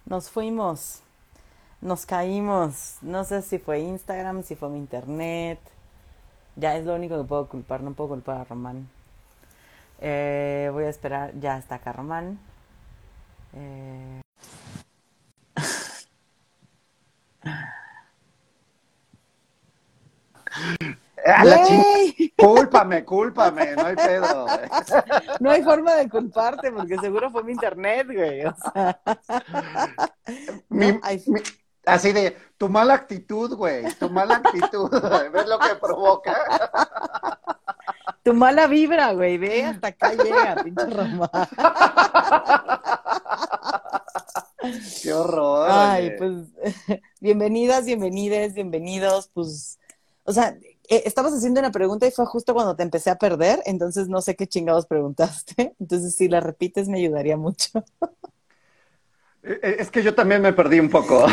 Nos fuimos, nos caímos. No sé si fue Instagram, si fue mi internet. Ya es lo único que puedo culpar, no puedo culpar a Román. Voy a esperar, ya está acá Román. Eh, A la chingada, ¡Güey! cúlpame, no hay pedo. No hay forma de culparte porque seguro fue mi internet, güey. O sea, Mi, ¿no? Hay mi- así de, tu mala actitud, güey, tu mala actitud, ¿ves lo que provoca? tu mala vibra, güey. Ve, hasta acá llega, pinche Román. Qué horror, Ay, oye. pues bienvenidas, bienvenides, bienvenidos. Pues, o sea, estabas haciendo una pregunta y fue justo cuando te empecé a perder, entonces no sé qué chingados preguntaste. Entonces, si la repites, me ayudaría mucho. Es que yo también me perdí un poco.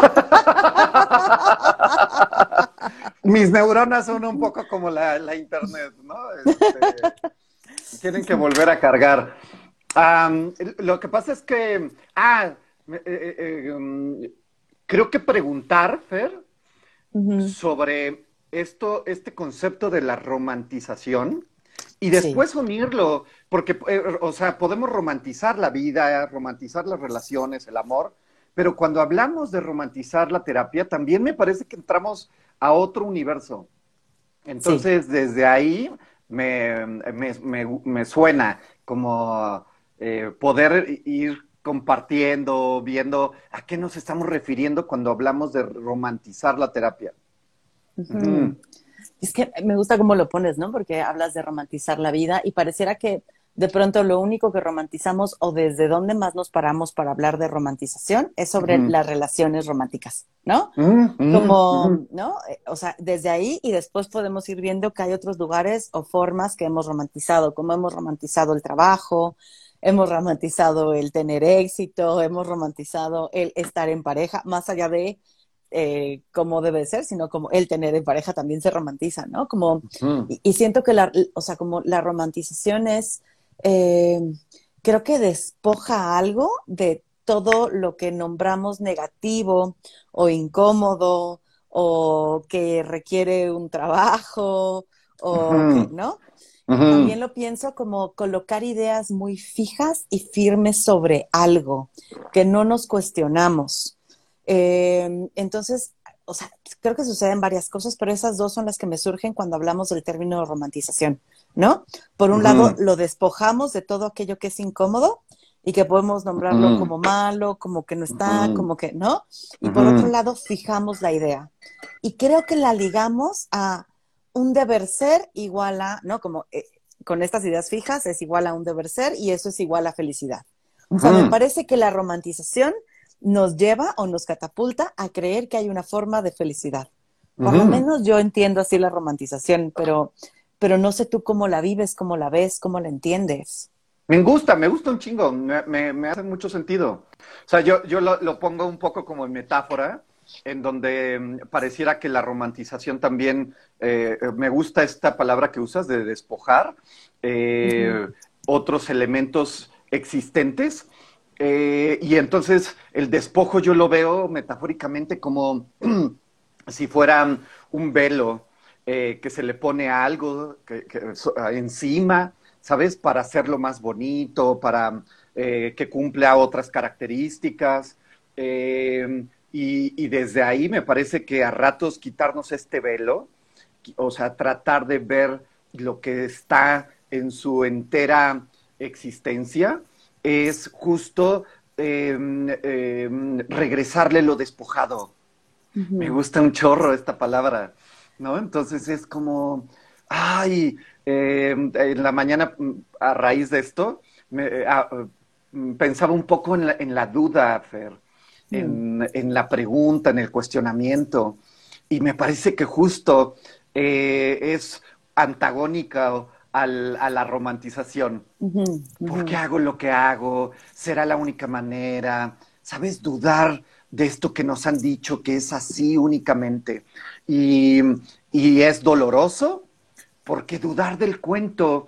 Mis neuronas son un poco como la internet, ¿no? Tienen que volver a cargar. Lo que pasa es que, me- eh, eh, um, creo que preguntar, Fer, Ujú. sobre este concepto de la romantización y Sí, después unirlo, porque, o sea, podemos romantizar la vida, romantizar las relaciones, el amor, pero cuando hablamos de romantizar la terapia, también me parece que entramos a otro universo. sí. Entonces, desde ahí me suena como poder ir compartiendo, viendo a qué nos estamos refiriendo cuando hablamos de romantizar la terapia. Ujú. Ujú. Es que me gusta cómo lo pones, ¿no? Porque hablas de romantizar la vida y pareciera que de pronto lo único que romantizamos o desde dónde más nos paramos para hablar de romantización es sobre Ujú. las relaciones románticas, ¿no? Ujú. Ujú. Como, ¿no? O sea, desde ahí y después podemos ir viendo que hay otros lugares o formas que hemos romantizado, como hemos romantizado el trabajo, hemos romantizado el tener éxito, hemos romantizado el estar en pareja, más allá de cómo debe ser, sino como el tener en pareja también se romantiza, ¿no? Como, Ujú. y siento que o sea, como la romantización es, eh, creo que despoja algo de todo lo que nombramos negativo o incómodo o que requiere un trabajo o que, Ujú. ¿no? Ujú. También lo pienso como colocar ideas muy fijas y firmes sobre algo que no nos cuestionamos. Entonces, o sea, creo que suceden varias cosas, pero esas dos son las que me surgen cuando hablamos del término de romantización, ¿no? Por un lado, Ujú. lo despojamos de todo aquello que es incómodo y que podemos nombrarlo Ujú. como malo, como que no está, Ujú. como que no. Y por otro Ujú. lado, fijamos la idea. Y creo que la ligamos a un deber ser igual a, ¿no? Como con estas ideas fijas es igual a un deber ser y eso es igual a felicidad. O sea, me Ujú. parece que la romantización nos lleva o nos catapulta a creer que hay una forma de felicidad. Por lo Ujú. menos yo entiendo así la romantización, pero no sé tú cómo la vives, cómo la ves, cómo la entiendes. Me gusta un chingo, me hace mucho sentido. O sea, yo lo pongo un poco como en metáfora, en donde pareciera que la romantización también, me gusta esta palabra que usas de despojar Ujú. eh, otros elementos existentes. Y entonces el despojo yo lo veo metafóricamente como si fuera un velo que se le pone a algo encima, ¿sabes? Para hacerlo más bonito, para que cumpla otras características. Y desde ahí me parece que a ratos quitarnos este velo, o sea, tratar de ver lo que está en su entera existencia, es justo regresarle lo despojado. Me Ujú. gusta un chorro esta palabra, ¿no? Entonces es como, ay, en la mañana a raíz de esto, pensaba un poco en la duda, Fer, Mm. en la pregunta, en el cuestionamiento, y me parece que justo es antagónica a la romantización. Ujú. ¿Por Ujú. qué hago lo que hago? ¿Será la única manera? ¿Sabes? Dudar de esto que nos han dicho que es así únicamente. Y, y es doloroso porque dudar del cuento,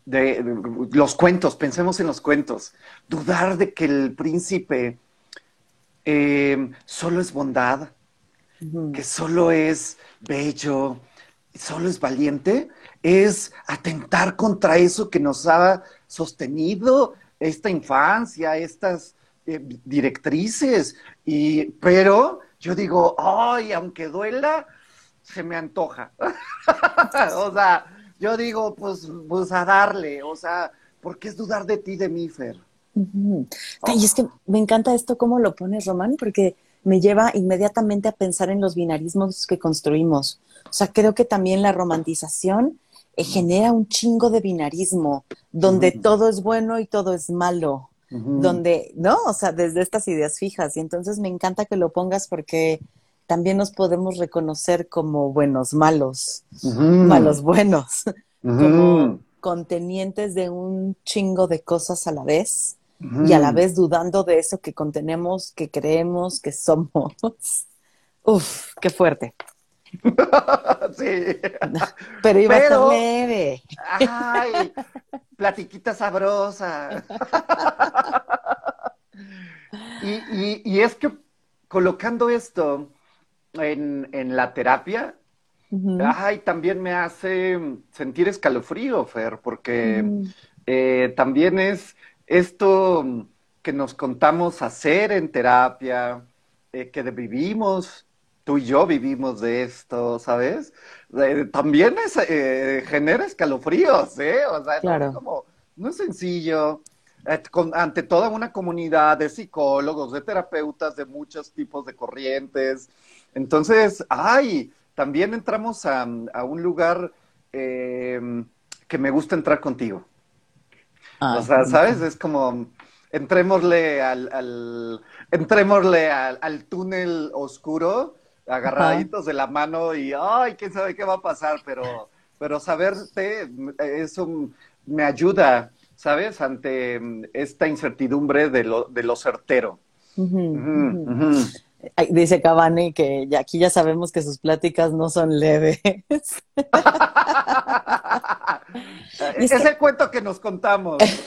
de los cuentos, pensemos en los cuentos, dudar de que el príncipe solo es bondad, Ujú. que solo es bello, solo es valiente, es atentar contra eso que nos ha sostenido esta infancia, estas directrices. Pero yo digo, ay, aunque duela, se me antoja. O sea, yo digo, pues a darle, o sea, ¿por qué es dudar de ti, de mí, Fer? Ujú. Y es Oh. que me encanta esto, cómo lo pones, Román, porque me lleva inmediatamente a pensar en los binarismos que construimos. O sea, creo que también la romantización genera un chingo de binarismo, donde Ujú, todo es bueno y todo es malo, ujú, donde, ¿no? O sea, desde estas ideas fijas. Y entonces me encanta que lo pongas porque también nos podemos reconocer como buenos, malos, ujú, malos, buenos, como ujú, contenientes de un chingo de cosas a la vez y a la ujú. vez dudando de eso que contenemos, que creemos, que somos. Uf, qué fuerte. Sí. Pero iba a estar Pero, leve. ay, platiquita sabrosa. Y es que colocando esto en la terapia, Ujú, ay, también me hace sentir escalofrío, Fer, porque ujú. también es esto que nos contamos hacer en terapia, que vivimos, tú y yo vivimos de esto, ¿sabes? También genera escalofríos, ¿eh? O sea, no es Claro. como, no es sencillo. Ante toda una comunidad de psicólogos, de terapeutas, de muchos tipos de corrientes. Entonces, ay, también entramos a un lugar que me gusta entrar contigo. O Ay, sea, me ¿sabes? encanta. Es como, entrémosle al túnel oscuro, Ajá. agarraditos de la mano y, ay, quién sabe qué va a pasar, pero saberte, eso me ayuda, ¿sabes? Ante esta incertidumbre de lo certero. Ujú, Ujú, ujú. ujú. Ay, dice Cavani que ya, aquí ya sabemos que sus pláticas no son leves. Y es Es que el cuento que nos contamos.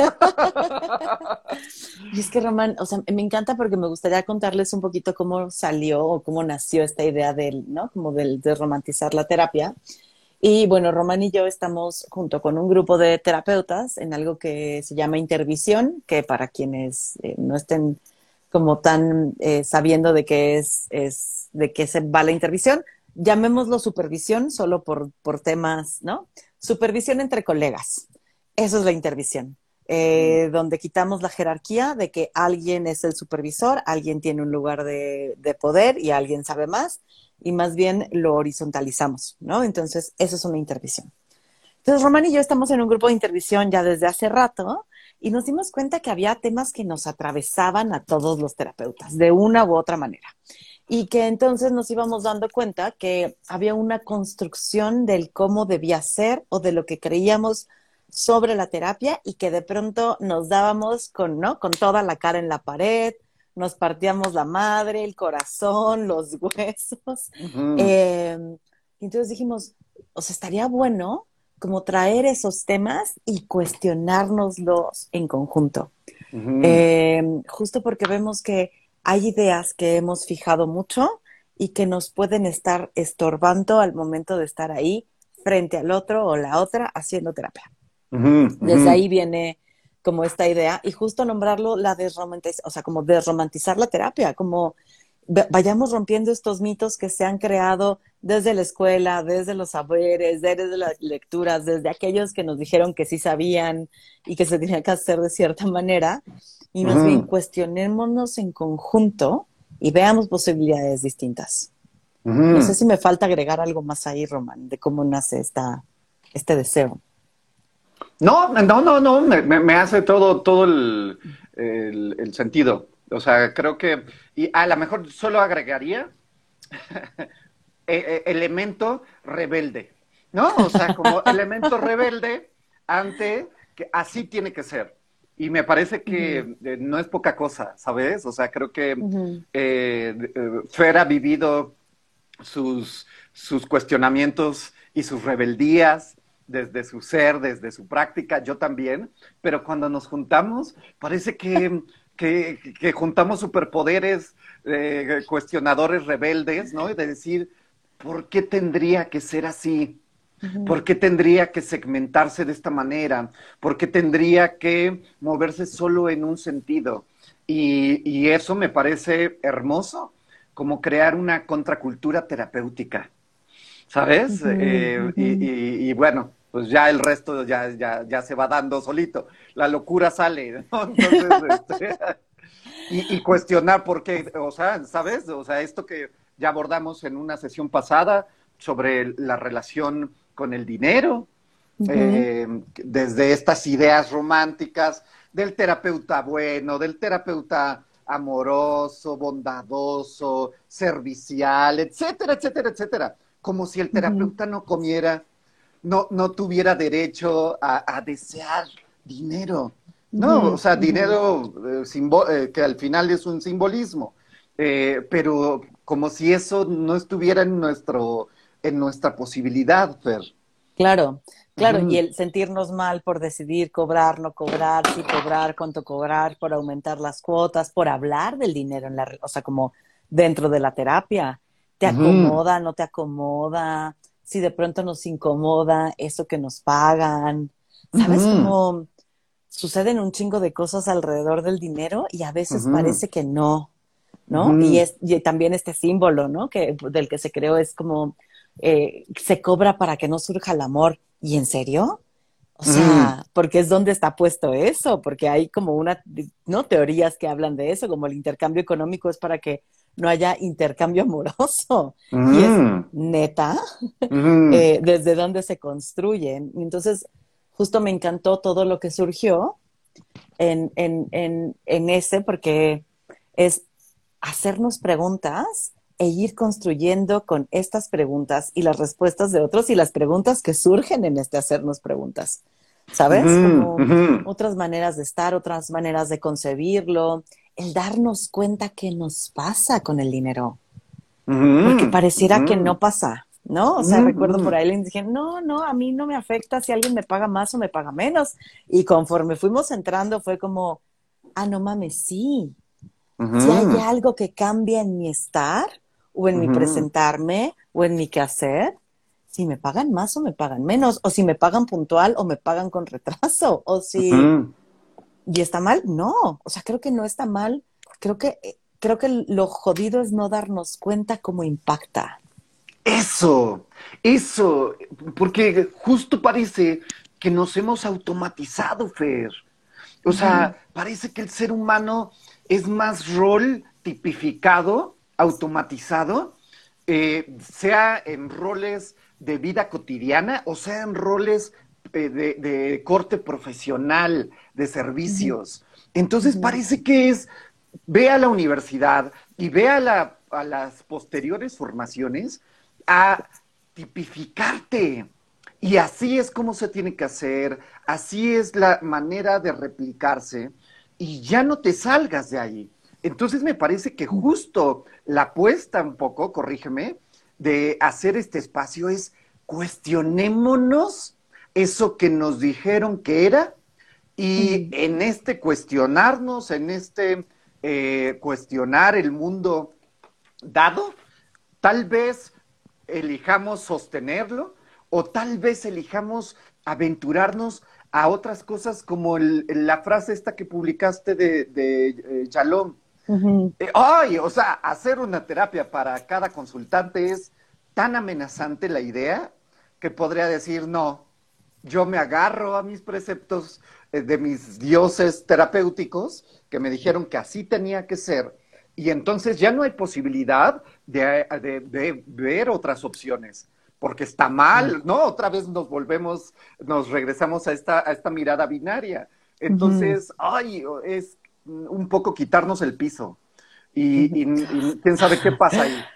Y es que, Román, o sea, me encanta porque me gustaría contarles un poquito cómo salió o cómo nació esta idea del, ¿no? Como del, de romantizar la terapia. Y bueno, Román y yo estamos junto con un grupo de terapeutas en algo que se llama intervisión, que para quienes no estén como tan sabiendo de qué de qué se va la intervisión, llamémoslo supervisión solo por temas, ¿no? Supervisión entre colegas. Eso es la intervisión, Ujú, donde quitamos la jerarquía de que alguien es el supervisor, alguien tiene un lugar de poder y alguien sabe más, y más bien lo horizontalizamos, ¿no? Entonces, eso es una intervisión. Entonces, Román y yo estamos en un grupo de intervisión ya desde hace rato y nos dimos cuenta que había temas que nos atravesaban a todos los terapeutas, de una u otra manera. Y que entonces nos íbamos dando cuenta que había una construcción del cómo debía ser o de lo que creíamos sobre la terapia y que de pronto nos dábamos con, ¿no? Con toda la cara en la pared, nos partíamos la madre, el corazón, los huesos. ujú, Eh, y entonces dijimos, o sea, estaría bueno como traer esos temas y cuestionárnoslos en conjunto. ujú, Justo porque vemos que hay ideas que hemos fijado mucho y que nos pueden estar estorbando al momento de estar ahí frente al otro o la otra haciendo terapia. ujú, ujú, Desde ahí viene como esta idea y justo nombrarlo la desromantización, o sea, como desromantizar la terapia, como vayamos rompiendo estos mitos que se han creado desde la escuela, desde los saberes, desde las lecturas, desde aquellos que nos dijeron que sí sabían y que se tenía que hacer de cierta manera, y más bien ujú, cuestionémonos en conjunto y veamos posibilidades distintas. No sé ujú. si me falta agregar algo más ahí, Román, de cómo nace este deseo. No, no, no, no, me hace todo el sentido. O sea, creo que, y a lo mejor solo agregaría elemento rebelde, ¿no? O sea, como elemento rebelde ante que así tiene que ser. Y me parece Ujú, que no es poca cosa, ¿sabes? O sea, creo que ujú, Fer ha vivido sus cuestionamientos y sus rebeldías desde su ser, desde su práctica, yo también, pero cuando nos juntamos parece que que juntamos superpoderes, cuestionadores rebeldes, ¿no? Y de decir, ¿por qué tendría que ser así? Ujú, ¿Por qué tendría que segmentarse de esta manera? ¿Por qué tendría que moverse solo en un sentido? Y eso me parece hermoso, como crear una contracultura terapéutica, ¿sabes? ujú, ujú. Y bueno, pues ya el resto ya se va dando solito. La locura sale, ¿no? Entonces, y cuestionar por qué, o sea, ¿sabes? O sea, esto que ya abordamos en una sesión pasada sobre la relación con el dinero, Ujú, desde estas ideas románticas del terapeuta bueno, del terapeuta amoroso, bondadoso, servicial, etcétera, etcétera, etcétera. Como si el ujú, terapeuta no comiera, no tuviera derecho a desear dinero. No, o ujú, sea, ujú. dinero que al final es un simbolismo, pero como si eso no estuviera en nuestra posibilidad, Fer. Claro, claro, y Ujú, el sentirnos mal por decidir cobrar, no cobrar, sí cobrar, cuánto cobrar, por aumentar las cuotas, por hablar del dinero en o sea, como dentro de la terapia, ¿te ujú, acomoda, no te acomoda? Si de pronto nos incomoda eso que nos pagan, ¿sabes? ujú, Como suceden un chingo de cosas alrededor del dinero y a veces ujú, parece que no, ¿no? ujú, Y también este símbolo, ¿no? Que, del que se creó es como, se cobra para que no surja el amor. ¿Y en serio? O ujú, sea, porque es donde está puesto eso, porque hay como ¿no? Teorías que hablan de eso, como el intercambio económico es para que no haya intercambio amoroso. Y es ujú, neta, ujú, desde dónde se construyen. Y entonces, justo me encantó todo lo que surgió en ese, porque es hacernos preguntas e ir construyendo con estas preguntas y las respuestas de otros y las preguntas que surgen en este hacernos preguntas, ¿sabes? ujú, Como ujú, otras maneras de estar, otras maneras de concebirlo, el darnos cuenta qué nos pasa con el dinero, porque ujú, pareciera que no ujú, pasa, ¿no? O sea, ujú, recuerdo por ujú. ahí le dije, no, no, a mí no me afecta si alguien me paga más o me paga menos. Y conforme fuimos entrando fue como, ah, no mames, sí, si hay Ujú, algo que cambia en mi estar o en mi ujú, presentarme o en mi quehacer, si me pagan más o me pagan menos, o si me pagan puntual o me pagan con retraso, o si... ujú. ¿Y está mal? No, o sea, creo que no está mal. Creo que lo jodido es no darnos cuenta cómo impacta. Eso, porque justo parece que nos hemos automatizado, Fer. O Ujú, sea, parece que el ser humano es más rol tipificado, automatizado, sea en roles de vida cotidiana o sea en roles de corte profesional, de ujú, servicios. Entonces ujú, parece que ve a la universidad y ve a las posteriores formaciones a tipificarte. Y así es como se tiene que hacer, así es la manera de replicarse y ya no te salgas de ahí. Entonces me parece que justo la apuesta un poco, corrígeme, de hacer este espacio es cuestionémonos eso que nos dijeron que era y ujú, en este cuestionarnos, en este cuestionar el mundo dado, tal vez elijamos sostenerlo o tal vez elijamos aventurarnos a otras cosas como la frase esta que publicaste de Shalom. ujú, Ay, o sea, hacer una terapia para cada consultante es tan amenazante la idea que podría decir, no, yo me agarro a mis preceptos de mis dioses terapéuticos que me dijeron que así tenía que ser y entonces ya no hay posibilidad de ver otras opciones porque está ujú, mal, ¿no? Otra vez nos regresamos a esta mirada binaria. ujú, Entonces, ay, es un poco quitarnos el piso ujú. y quién sabe qué pasa ahí.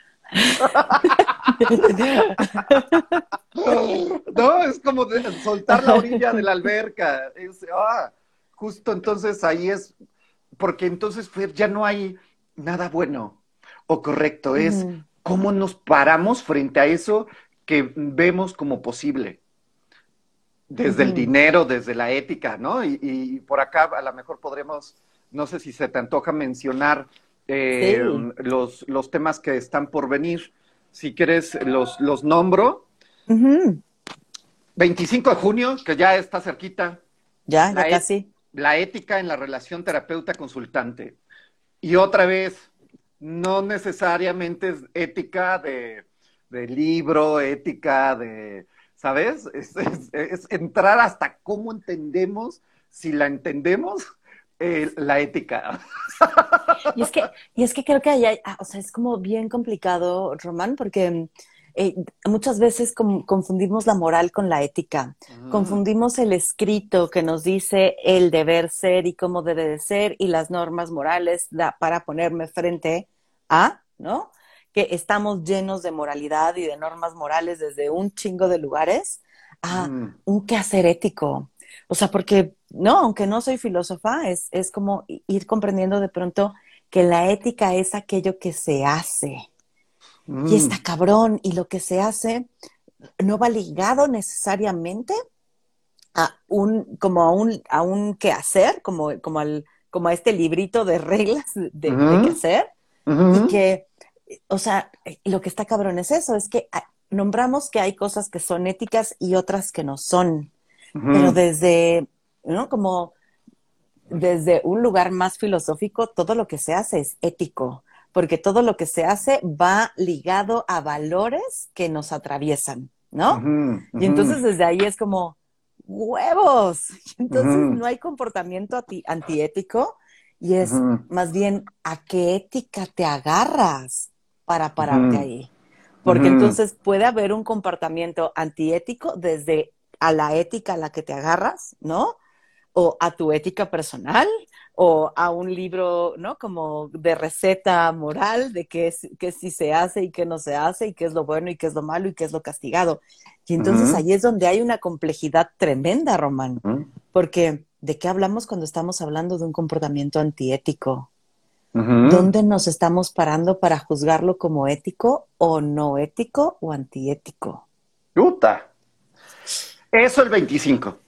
No, es como soltar la orilla de la alberca. Justo entonces ahí es, porque entonces Fer, ya no hay nada bueno o correcto, es Ujú, cómo nos paramos frente a eso que vemos como posible, desde el ujú. dinero, desde la ética, ¿no? Y por acá a lo mejor podremos no sé si se te antoja mencionar Sí. los temas que están por venir. Si quieres, los nombro. Ujú. 25 de junio, que ya está cerquita, Ya la, et- casi. la ética en la relación terapeuta-consultante. Y otra vez, no necesariamente es ética de libro, ética de, ¿sabes? Es entrar hasta cómo entendemos, si la entendemos, la ética. Y es que creo que o sea, es como bien complicado, Román, porque eh, muchas veces confundimos la moral con la ética. Mm, Confundimos el escrito que nos dice el deber ser y cómo debe de ser y las normas morales para ponerme frente a, ¿no? Que estamos llenos de moralidad y de normas morales desde un chingo de lugares a mm, un quehacer ético. O sea, porque, no, aunque no soy filósofa, es como ir comprendiendo de pronto que la ética es aquello que se hace. Y está mm, cabrón, y lo que se hace no va ligado necesariamente a un quehacer, como a este librito de reglas de mm, quehacer, y mm, que, o sea, lo que está cabrón es eso, es que nombramos que hay cosas que son éticas y otras que no son, pero mm, desde, ¿no? Como desde un lugar más filosófico, todo lo que se hace es ético, porque todo lo que se hace va ligado a valores que nos atraviesan, ¿no? mm, Y mm, entonces desde ahí es como, huevos. Y entonces mm, no hay comportamiento antiético y es mm, más bien a qué ética te agarras para pararte mm, ahí. Porque mm, entonces puede haber un comportamiento antiético desde a la ética a la que te agarras, ¿no? O a tu ética personal o a un libro, ¿no? Como de receta moral de qué sí se hace y qué no se hace y qué es lo bueno y qué es lo malo y qué es lo castigado. Y entonces mm, ahí es donde hay una complejidad tremenda, Román, mm, porque ¿de qué hablamos cuando estamos hablando de un comportamiento antiético? mm. ¿Dónde nos estamos parando para juzgarlo como ético o no ético o antiético? Puta. Eso el 25.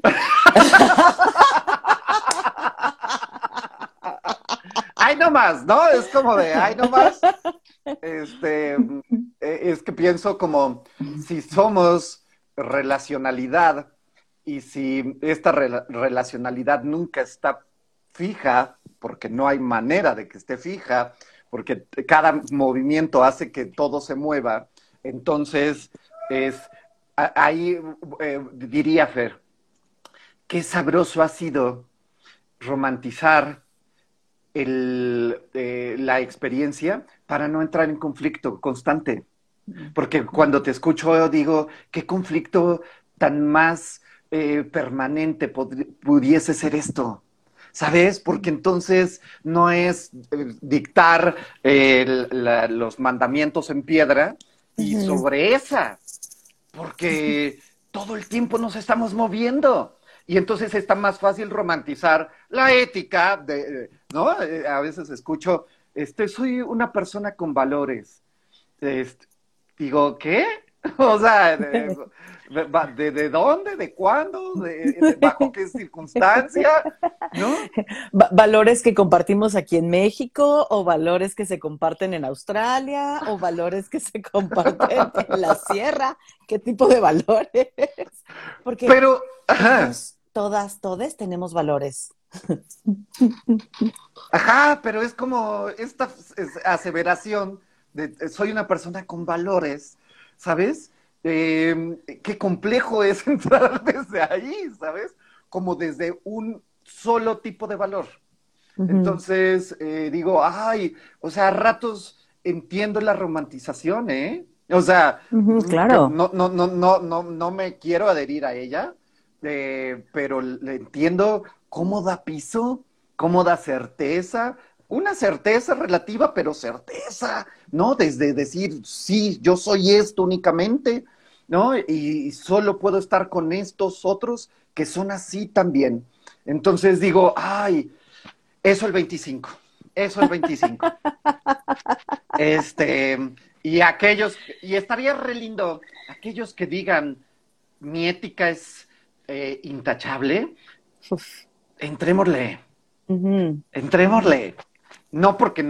Ay, no más, ¿no? Es como de, ay, no más. Es que pienso como si somos relacionalidad y si esta relacionalidad nunca está fija, porque no hay manera de que esté fija, porque cada movimiento hace que todo se mueva, entonces ahí diría Fer, qué sabroso ha sido romantizar la experiencia para no entrar en conflicto constante. Porque cuando te escucho digo, ¿qué conflicto tan más permanente pudiese ser esto? ¿Sabes? Porque entonces no es dictar los mandamientos en piedra y Ujú. sobre esa, porque todo el tiempo nos estamos moviendo. Y entonces está más fácil romantizar la ética, ¿no? A veces escucho, soy una persona con valores. Este, digo, ¿qué? O sea, ¿de dónde? ¿De cuándo? ¿Bajo qué circunstancia? ¿No? Valores que compartimos aquí en México o valores que se comparten en Australia o valores que se comparten en la sierra. ¿Qué tipo de valores? Porque Pero, ajá, todos, todas, todes tenemos valores. ajá, pero es como esta aseveración de soy una persona con valores, ¿sabes? Qué complejo es entrar desde ahí, ¿sabes? Como desde un solo tipo de valor. Ujú, Entonces, digo, ay, o sea, a ratos entiendo la romantización, ¿eh? O sea, ujú, que claro. no me quiero adherir a ella, pero le entiendo cómo da piso, cómo da certeza, una certeza relativa, pero certeza, ¿no? Desde decir, sí, yo soy esto únicamente, ¿no? Y solo puedo estar con estos otros que son así también. Entonces digo, ay, eso el 25. Eso el 25. Este, y estaría re lindo, aquellos que digan, mi ética es intachable, Uf, entrémosle. Ujú. Entrémosle. No porque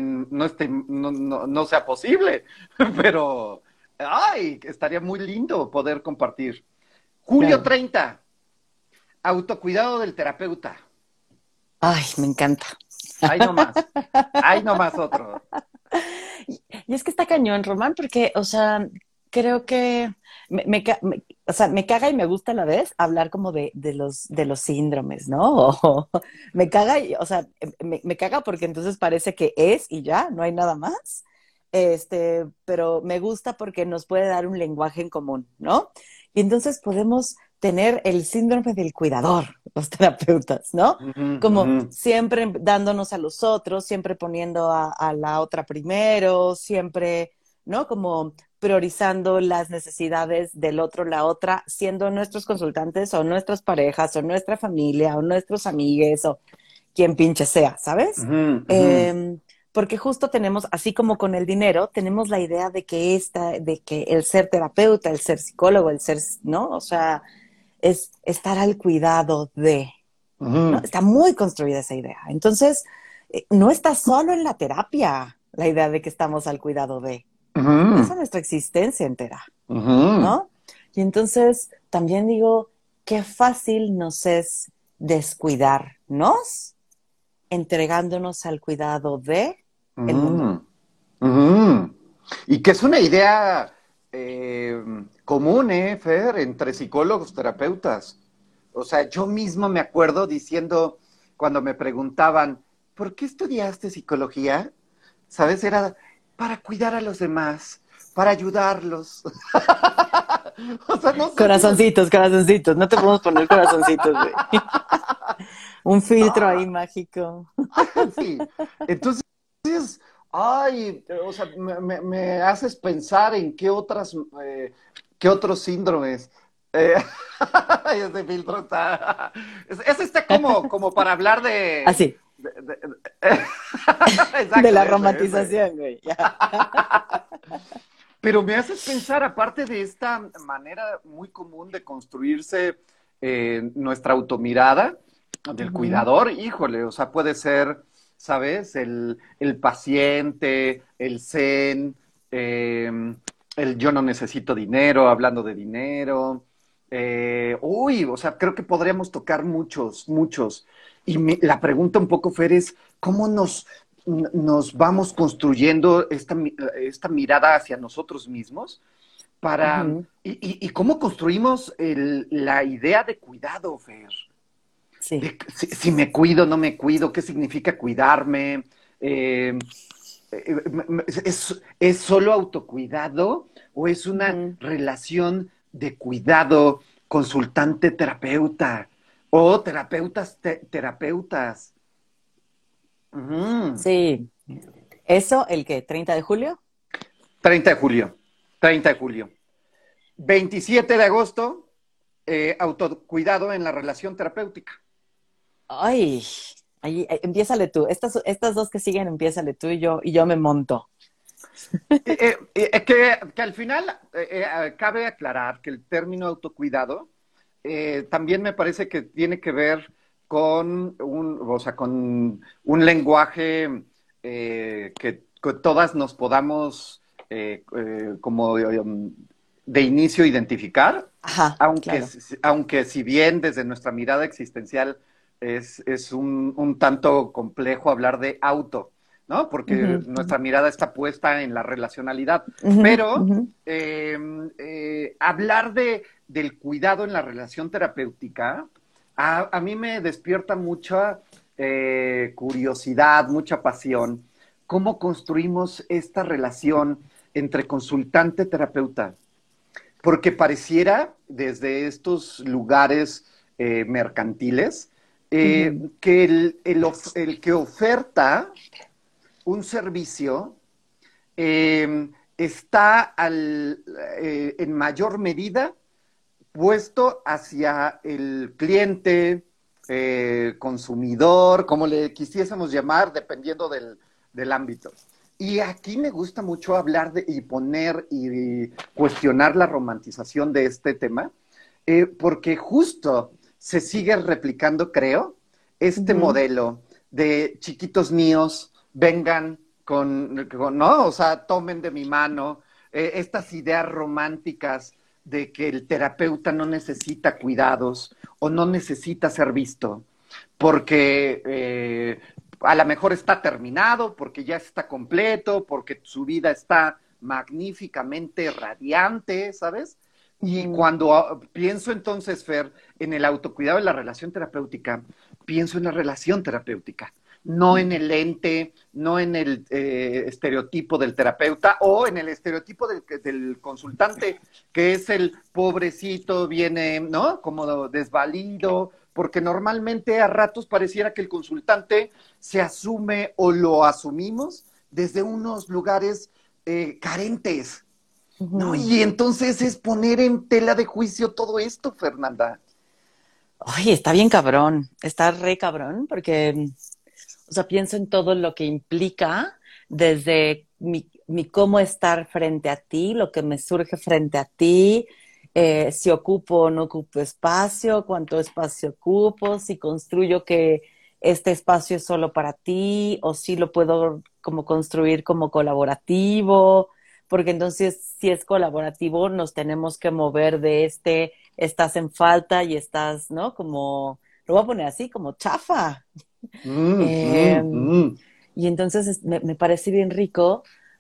no sea posible, pero ay, estaría muy lindo poder compartir. Julio Claro. 30, autocuidado del terapeuta. Ay, me encanta. Ahí nomás otro. Y es que está cañón, Román, porque, o sea, creo que o sea, me caga y me gusta a la vez hablar como de los síndromes, ¿no? O, me caga, o sea, me caga porque entonces parece que es y ya, no hay nada más. Pero me gusta porque nos puede dar un lenguaje en común, ¿no? Y entonces podemos tener el síndrome del cuidador, los terapeutas, ¿no? Ujú, Como ujú, siempre dándonos a los otros, siempre poniendo a la otra primero, siempre, ¿no? Como priorizando las necesidades del otro, la otra, siendo nuestros consultantes o nuestras parejas o nuestra familia o nuestros amigues o quien pinche sea, ¿sabes? ujú, ujú, Eh, Porque justo tenemos, así como con el dinero, tenemos la idea de que el ser terapeuta, el ser psicólogo, el ser, ¿no? O sea, es estar al cuidado de, ¿no? ujú, Está muy construida esa idea. Entonces, no está solo en la terapia la idea de que estamos al cuidado de. ujú, Esa es nuestra existencia entera, ujú. ¿no? Y entonces también digo, qué fácil nos es descuidarnos entregándonos al cuidado de el mundo. Mm, mm. Y que es una idea común, Fer, entre psicólogos, terapeutas. O sea, yo mismo me acuerdo diciendo, cuando me preguntaban, ¿por qué estudiaste psicología? ¿Sabes? Era para cuidar a los demás, para ayudarlos. O sea, no sé si me... Corazoncitos, corazoncitos, no te podemos poner corazoncitos, güey. Un filtro ahí Ah, mágico. sí. Entonces, ay, o sea, me haces pensar en qué otros síndromes. Eh, ese filtro está, ese está como para hablar Así, de exacto, la ese. romantización, güey. Ya. Pero me haces pensar, aparte de esta manera muy común de construirse nuestra automirada del Ujú, cuidador, híjole, o sea, puede ser, ¿sabes? El paciente, el zen, el yo no necesito dinero, hablando de dinero. O sea, creo que podríamos tocar muchos, muchos. Y la pregunta un poco, Fer, es, ¿cómo nos vamos construyendo esta mirada hacia nosotros mismos ujú. y cómo construimos la idea de cuidado, Fer? Sí. Si me cuido, no me cuido, qué significa cuidarme. Eh, ¿Es solo autocuidado o es una Ujú. relación de cuidado consultante-terapeuta o terapeutas? Ujú. Sí. ¿Eso, el qué? ¿30 de julio? 30 de julio. 30 de julio. 27 de agosto, autocuidado en la relación terapéutica. Ay, ahí, empiézale tú. Estas dos que siguen, empiézale tú y yo me monto. Que al final cabe aclarar que el término autocuidado también me parece que tiene que ver o sea, con un lenguaje que todas nos podamos como de inicio identificar, Ajá, aunque, claro. aunque si bien desde nuestra mirada existencial es un tanto complejo hablar de auto, ¿no? Porque Ujú, ujú, nuestra mirada está puesta en la relacionalidad. ujú, Pero ujú, hablar del cuidado en la relación terapéutica, a mí me despierta mucha curiosidad, mucha pasión. ¿Cómo construimos esta relación entre consultante-terapeuta? Porque pareciera desde estos lugares mercantiles ujú, que el que oferta un servicio está en mayor medida puesto hacia el cliente, consumidor, como le quisiésemos llamar, dependiendo del ámbito. Y aquí me gusta mucho hablar y poner y cuestionar la romantización de este tema, porque justo se sigue replicando, creo, este ujú, modelo de chiquitos míos vengan ¿no? O sea, tomen de mi mano estas ideas románticas de que el terapeuta no necesita cuidados o no necesita ser visto, porque a lo mejor está terminado, porque ya está completo, porque su vida está magníficamente radiante, ¿sabes? Y Ujú. cuando pienso entonces, Fer, en el autocuidado de la relación terapéutica, pienso en la relación terapéutica, no en el ente, no en el estereotipo del terapeuta o en el estereotipo del consultante, que es el pobrecito, viene, ¿no? Como desvalido, porque normalmente a ratos pareciera que el consultante se asume o lo asumimos desde unos lugares carentes, ¿no? Ujú. Y entonces es poner en tela de juicio todo esto, Fernanda. Ay, está bien cabrón, está re cabrón, porque, o sea, pienso en todo lo que implica desde mi cómo estar frente a ti, lo que me surge frente a ti, si ocupo o no ocupo espacio, cuánto espacio ocupo, si construyo que este espacio es solo para ti o si lo puedo como construir como colaborativo, porque entonces si es colaborativo nos tenemos que mover de estás en falta y estás, ¿no? Como, lo voy a poner así, como chafa. Mm, Eh, mm, mm, y entonces me parece bien rico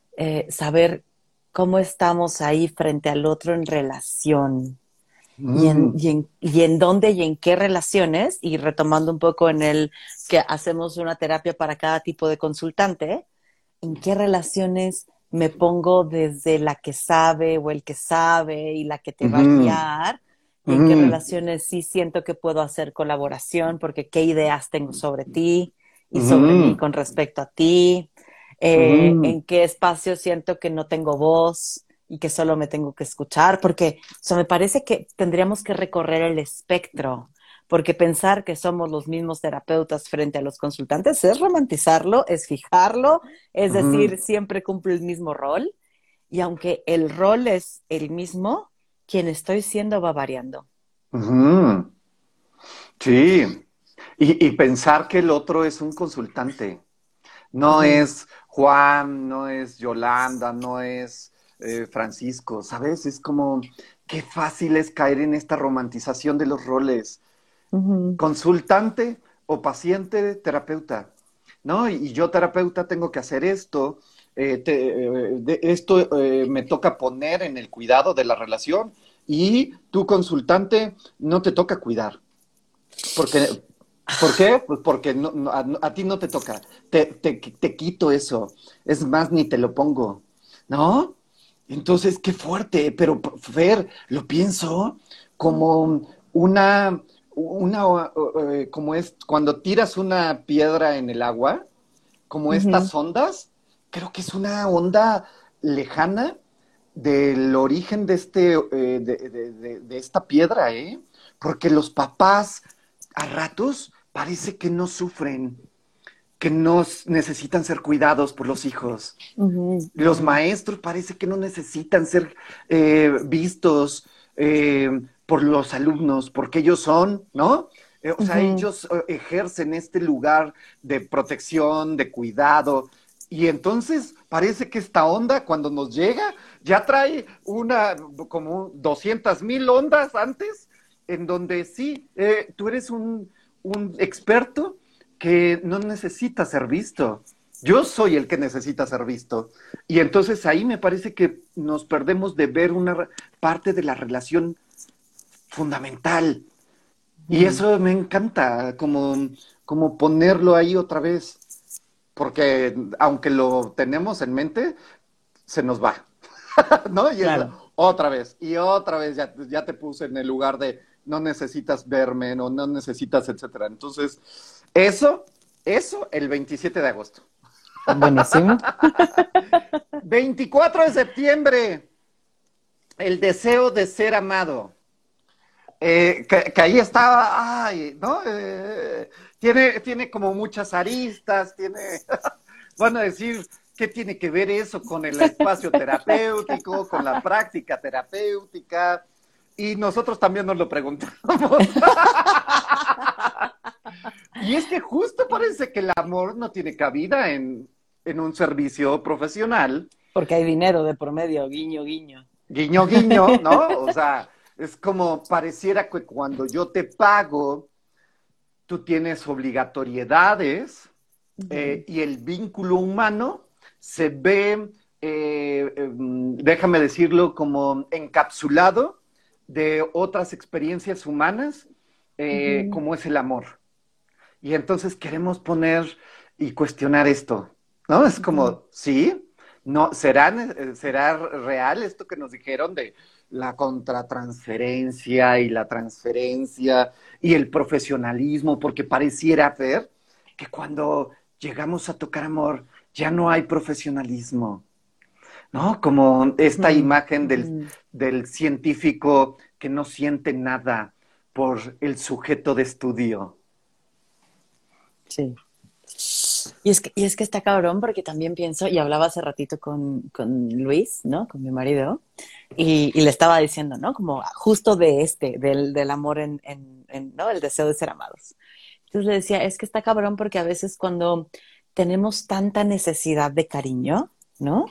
saber cómo estamos ahí frente al otro en relación mm, y en dónde y en qué relaciones, y retomando un poco en el que hacemos una terapia para cada tipo de consultante, en qué relaciones me pongo desde la que sabe o el que sabe y la que te va a mm, guiar, y en qué mm, relaciones sí siento que puedo hacer colaboración, porque qué ideas tengo sobre ti y sobre mí mm, con respecto a ti, mm, en qué espacio siento que no tengo voz y que solo me tengo que escuchar, porque o sea, me parece que tendríamos que recorrer el espectro, porque pensar que somos los mismos terapeutas frente a los consultantes es romantizarlo, es fijarlo, es mm, decir, siempre cumple el mismo rol, y aunque el rol es el mismo, quien estoy siendo va variando. mm. Sí. Y pensar que el otro es un consultante. No Ujú, es Juan, no es Yolanda, no es Francisco, ¿sabes? Es como, qué fácil es caer en esta romantización de los roles. ujú, Consultante o paciente terapeuta, ¿no? Y yo terapeuta tengo que hacer esto, esto me toca poner en el cuidado de la relación y tu consultante no te toca cuidar, porque, ¿por qué? Pues porque a ti no te toca, te quito eso, es más, ni te lo pongo, ¿no? Entonces, qué fuerte, pero Fer, lo pienso como una, como es cuando tiras una piedra en el agua, como ujú, estas ondas, creo que es una onda lejana del origen de de esta piedra, ¿eh? Porque los papás a ratos parece que no sufren, que no necesitan ser cuidados por los hijos. ujú, Los ujú, maestros parece que no necesitan ser vistos por los alumnos, porque ellos son, ¿no? O sea, ujú, ellos ejercen este lugar de protección, de cuidado, y entonces parece que esta onda, cuando nos llega, ya trae como 200,000 ondas antes, en donde sí, tú eres un experto que no necesita ser visto. Yo soy el que necesita ser visto. Y entonces ahí me parece que nos perdemos de ver una parte de la relación fundamental. Y ujú. eso me encanta, como ponerlo ahí otra vez, porque aunque lo tenemos en mente, se nos va, ¿no? Y es Claro. y otra vez, ya te puse en el lugar de no necesitas verme, no necesitas, etcétera. Entonces, eso, eso el 27 de agosto. Buenísimo. 24 de septiembre, el deseo de ser amado. Que ahí estaba, ay, ¿no? Tiene como muchas aristas, van a decir, ¿qué tiene que ver eso con el espacio terapéutico, con la práctica terapéutica? Y nosotros también nos lo preguntamos. Y es que justo parece que el amor no tiene cabida en un servicio profesional. Porque hay dinero de por medio, guiño, guiño. Guiño, guiño, ¿no? O sea, es como pareciera que cuando yo te pago, tú tienes obligatoriedades y el vínculo humano se ve, déjame decirlo, como encapsulado de otras experiencias humanas, como es el amor. Y entonces queremos poner y cuestionar esto, ¿no? Es como, sí, no, ¿será real esto que nos dijeron de la contratransferencia y la transferencia y el profesionalismo? Porque pareciera ver que cuando llegamos a tocar amor ya no hay profesionalismo, ¿no? Como esta imagen del científico que no siente nada por el sujeto de estudio. Sí. Y es que está cabrón porque también pienso, y hablaba hace ratito con Luis, ¿no? Con mi marido, y le estaba diciendo, ¿no? Como justo de del amor ¿no? El deseo de ser amados. Entonces le decía, es que está cabrón porque a veces cuando tenemos tanta necesidad de cariño, ¿no?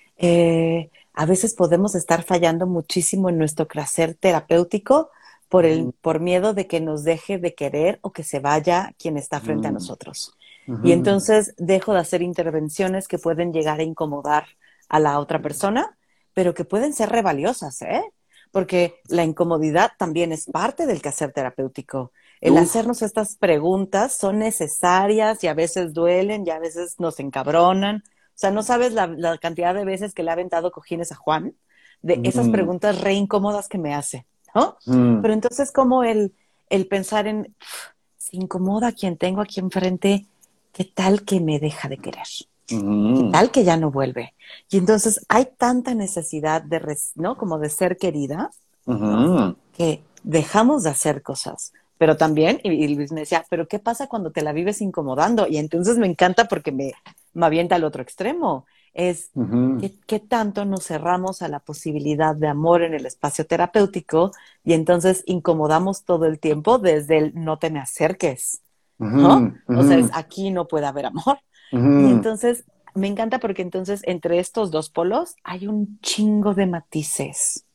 A veces podemos estar fallando muchísimo en nuestro crecer terapéutico por miedo de que nos deje de querer o que se vaya quien está frente a nosotros. Y entonces dejo de hacer intervenciones que pueden llegar a incomodar a la otra persona, pero que pueden ser re valiosas, ¿eh? Porque la incomodidad también es parte del quehacer terapéutico. El Uf. hacernos estas preguntas son necesarias y a veces duelen y a veces nos encabronan. O sea, no sabes la cantidad de veces que le ha aventado cojines a Juan de esas Mm, preguntas re incómodas que me hace, ¿no? mm, Pero entonces como el pensar en, se incomoda a quien tengo aquí enfrente, ¿qué tal que me deja de querer? ¿Qué mm, tal que ya no vuelve? Y entonces hay tanta necesidad ¿no? Como de ser querida, ¿no? mm. Que dejamos de hacer cosas. Pero también, y Luis me decía, pero ¿qué pasa cuando te la vives incomodando? Y entonces me encanta porque me avienta al otro extremo. Es Ujú, qué tanto nos cerramos a la posibilidad de amor en el espacio terapéutico y entonces incomodamos todo el tiempo desde el no te me acerques, ¿no? ujú, O sea, es ujú, aquí no puede haber amor. Y ujú, entonces me encanta porque entonces entre estos dos polos hay un chingo de matices,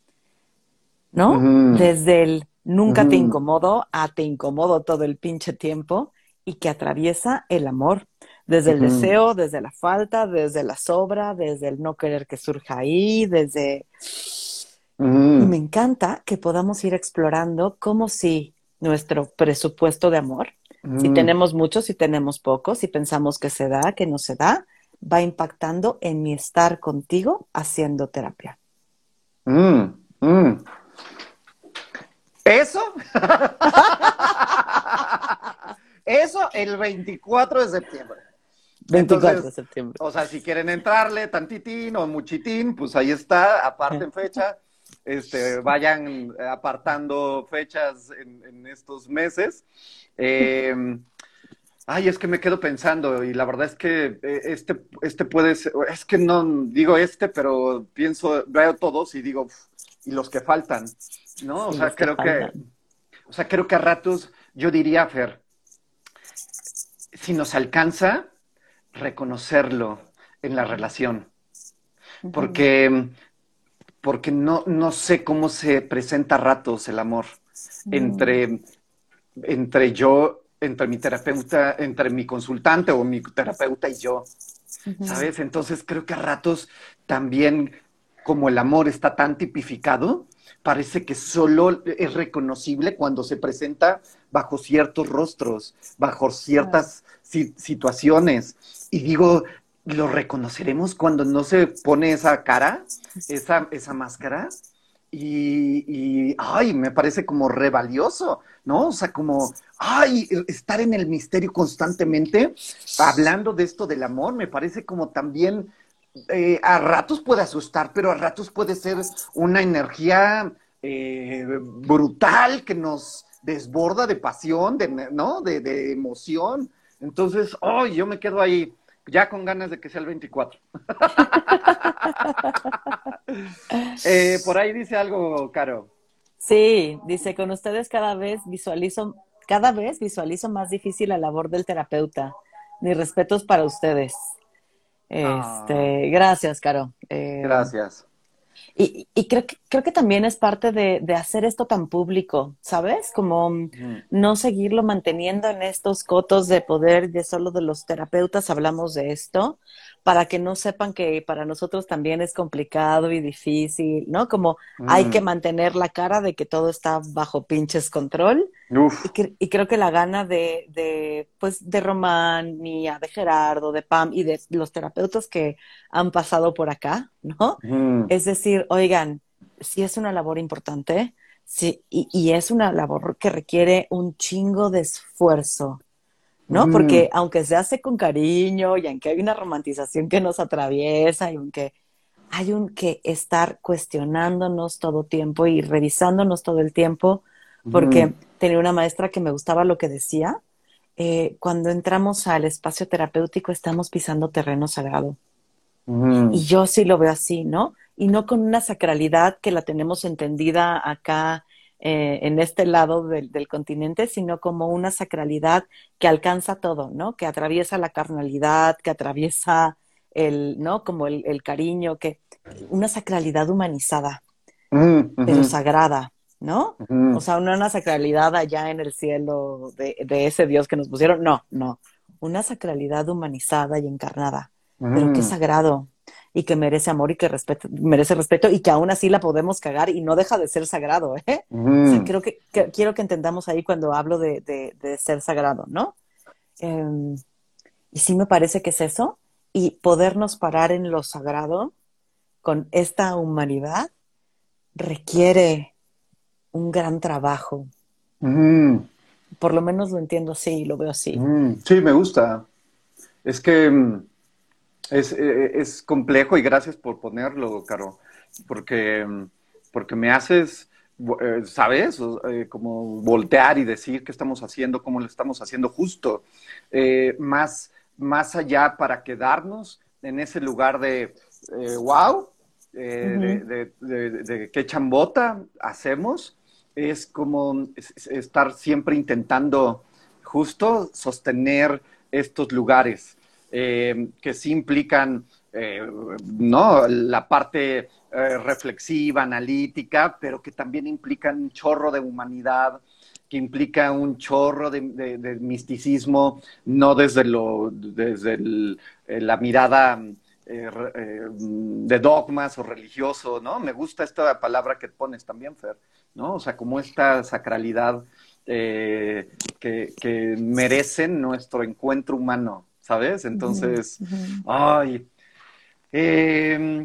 ¿no? ujú, Desde el nunca te ujú, incomodo a te incomodo todo el pinche tiempo y que atraviesa el amor. Desde el ujú, deseo, desde la falta, desde la sobra, desde el no querer que surja ahí, desde... Y me ujú, encanta que podamos ir explorando cómo si nuestro presupuesto de amor, si ujú, tenemos mucho, si tenemos poco, si pensamos que se da, que no se da, va impactando en mi estar contigo haciendo terapia. ujú, ujú. Eso, eso el 24 de septiembre. 24 de Entonces, septiembre. o sea, si quieren entrarle tantitín o muchitín, pues ahí está, aparten fecha, vayan apartando fechas en estos meses. Eh, Ay, es que me quedo pensando y la verdad es que este puede ser, es que no digo pero pienso, veo todos y digo, "Uf", y los que faltan, ¿no? Sí, los que faltan. O sea, creo que a ratos yo diría, Fer, si nos alcanza, reconocerlo en la relación, Ujú, porque, porque no sé cómo se presenta a ratos el amor ujú, entre entre mi terapeuta, entre mi consultante o mi terapeuta y yo, ujú. ¿sabes? Entonces creo que a ratos también, como el amor está tan tipificado, parece que solo es reconocible cuando se presenta bajo ciertos rostros, bajo Claro. ciertas situaciones. Y digo, ¿lo reconoceremos cuando no se pone esa cara, esa máscara? Ay, me parece como re valioso, ¿no? O sea, como, ay, estar en el misterio constantemente, hablando de esto del amor, me parece como también, a ratos puede asustar, pero a ratos puede ser una energía brutal que nos desborda de pasión, ¿no? De emoción. Entonces, ay, yo me quedo ahí, ya con ganas de que sea el 24. Por ahí dice algo, Caro. Sí, dice, con ustedes cada vez visualizo más difícil la labor del terapeuta. Mis respetos para ustedes. Ah, Gracias, Caro. gracias. Y creo que también es parte de hacer esto tan público, ¿sabes? Como Ujú, no seguirlo manteniendo en estos cotos de poder, de solo de los terapeutas hablamos de esto, para que no sepan que para nosotros también es complicado y difícil, ¿no? Como hay que ujú. mantener la cara de que todo está bajo pinches control. Uf. Y creo que la gana pues, de Román, mía, de Gerardo, de Pam y de los terapeutas que han pasado por acá, ¿no? Ujú, Es decir, oigan, sí es una labor importante, sí, y es una labor que requiere un chingo de esfuerzo, ¿no? ujú, Porque aunque se hace con cariño y aunque hay una romantización que nos atraviesa y aunque hay un que estar cuestionándonos todo tiempo y revisándonos todo el tiempo, ujú, porque tenía una maestra que me gustaba lo que decía, cuando entramos al espacio terapéutico estamos pisando terreno sagrado. Y ujú, yo sí lo veo así, ¿no? Y no con una sacralidad que la tenemos entendida acá en este lado del continente, sino como una sacralidad que alcanza todo, ¿no? Que atraviesa la carnalidad, que atraviesa ¿no? Como el cariño, que una sacralidad humanizada, ujú, pero ujú, sagrada, ¿no? O ujú, sea, no una sacralidad allá en el cielo de ese Dios que nos pusieron, no, no. Una sacralidad humanizada y encarnada, pero que es ujú, sagrado y que merece amor y que merece respeto y que aún así la podemos cagar y no deja de ser sagrado, ¿eh? O sea, ujú, creo que quiero que entendamos ahí cuando hablo de ser sagrado, ¿no? Eh, y sí me parece que es eso y podernos parar en lo sagrado con esta humanidad requiere un gran trabajo. ujú, Por lo menos lo entiendo así, lo veo así. ujú. Sí, me gusta. Es que es complejo y gracias por ponerlo, Caro, porque, porque me haces, ¿sabes? Como voltear y decir qué estamos haciendo, cómo lo estamos haciendo justo, más allá para quedarnos en ese lugar de, wow, Ujú, de qué chambota hacemos, es como estar siempre intentando justo sostener estos lugares que sí implican ¿no? La parte reflexiva, analítica, pero que también implican un chorro de humanidad, que implica un chorro de misticismo, no desde la mirada de dogmas o religioso, ¿no? Me gusta esta palabra que pones también, Fer, ¿no? O sea, como esta sacralidad que merecen nuestro encuentro humano, ¿sabes? ujú, Entonces, ujú. ay, eh,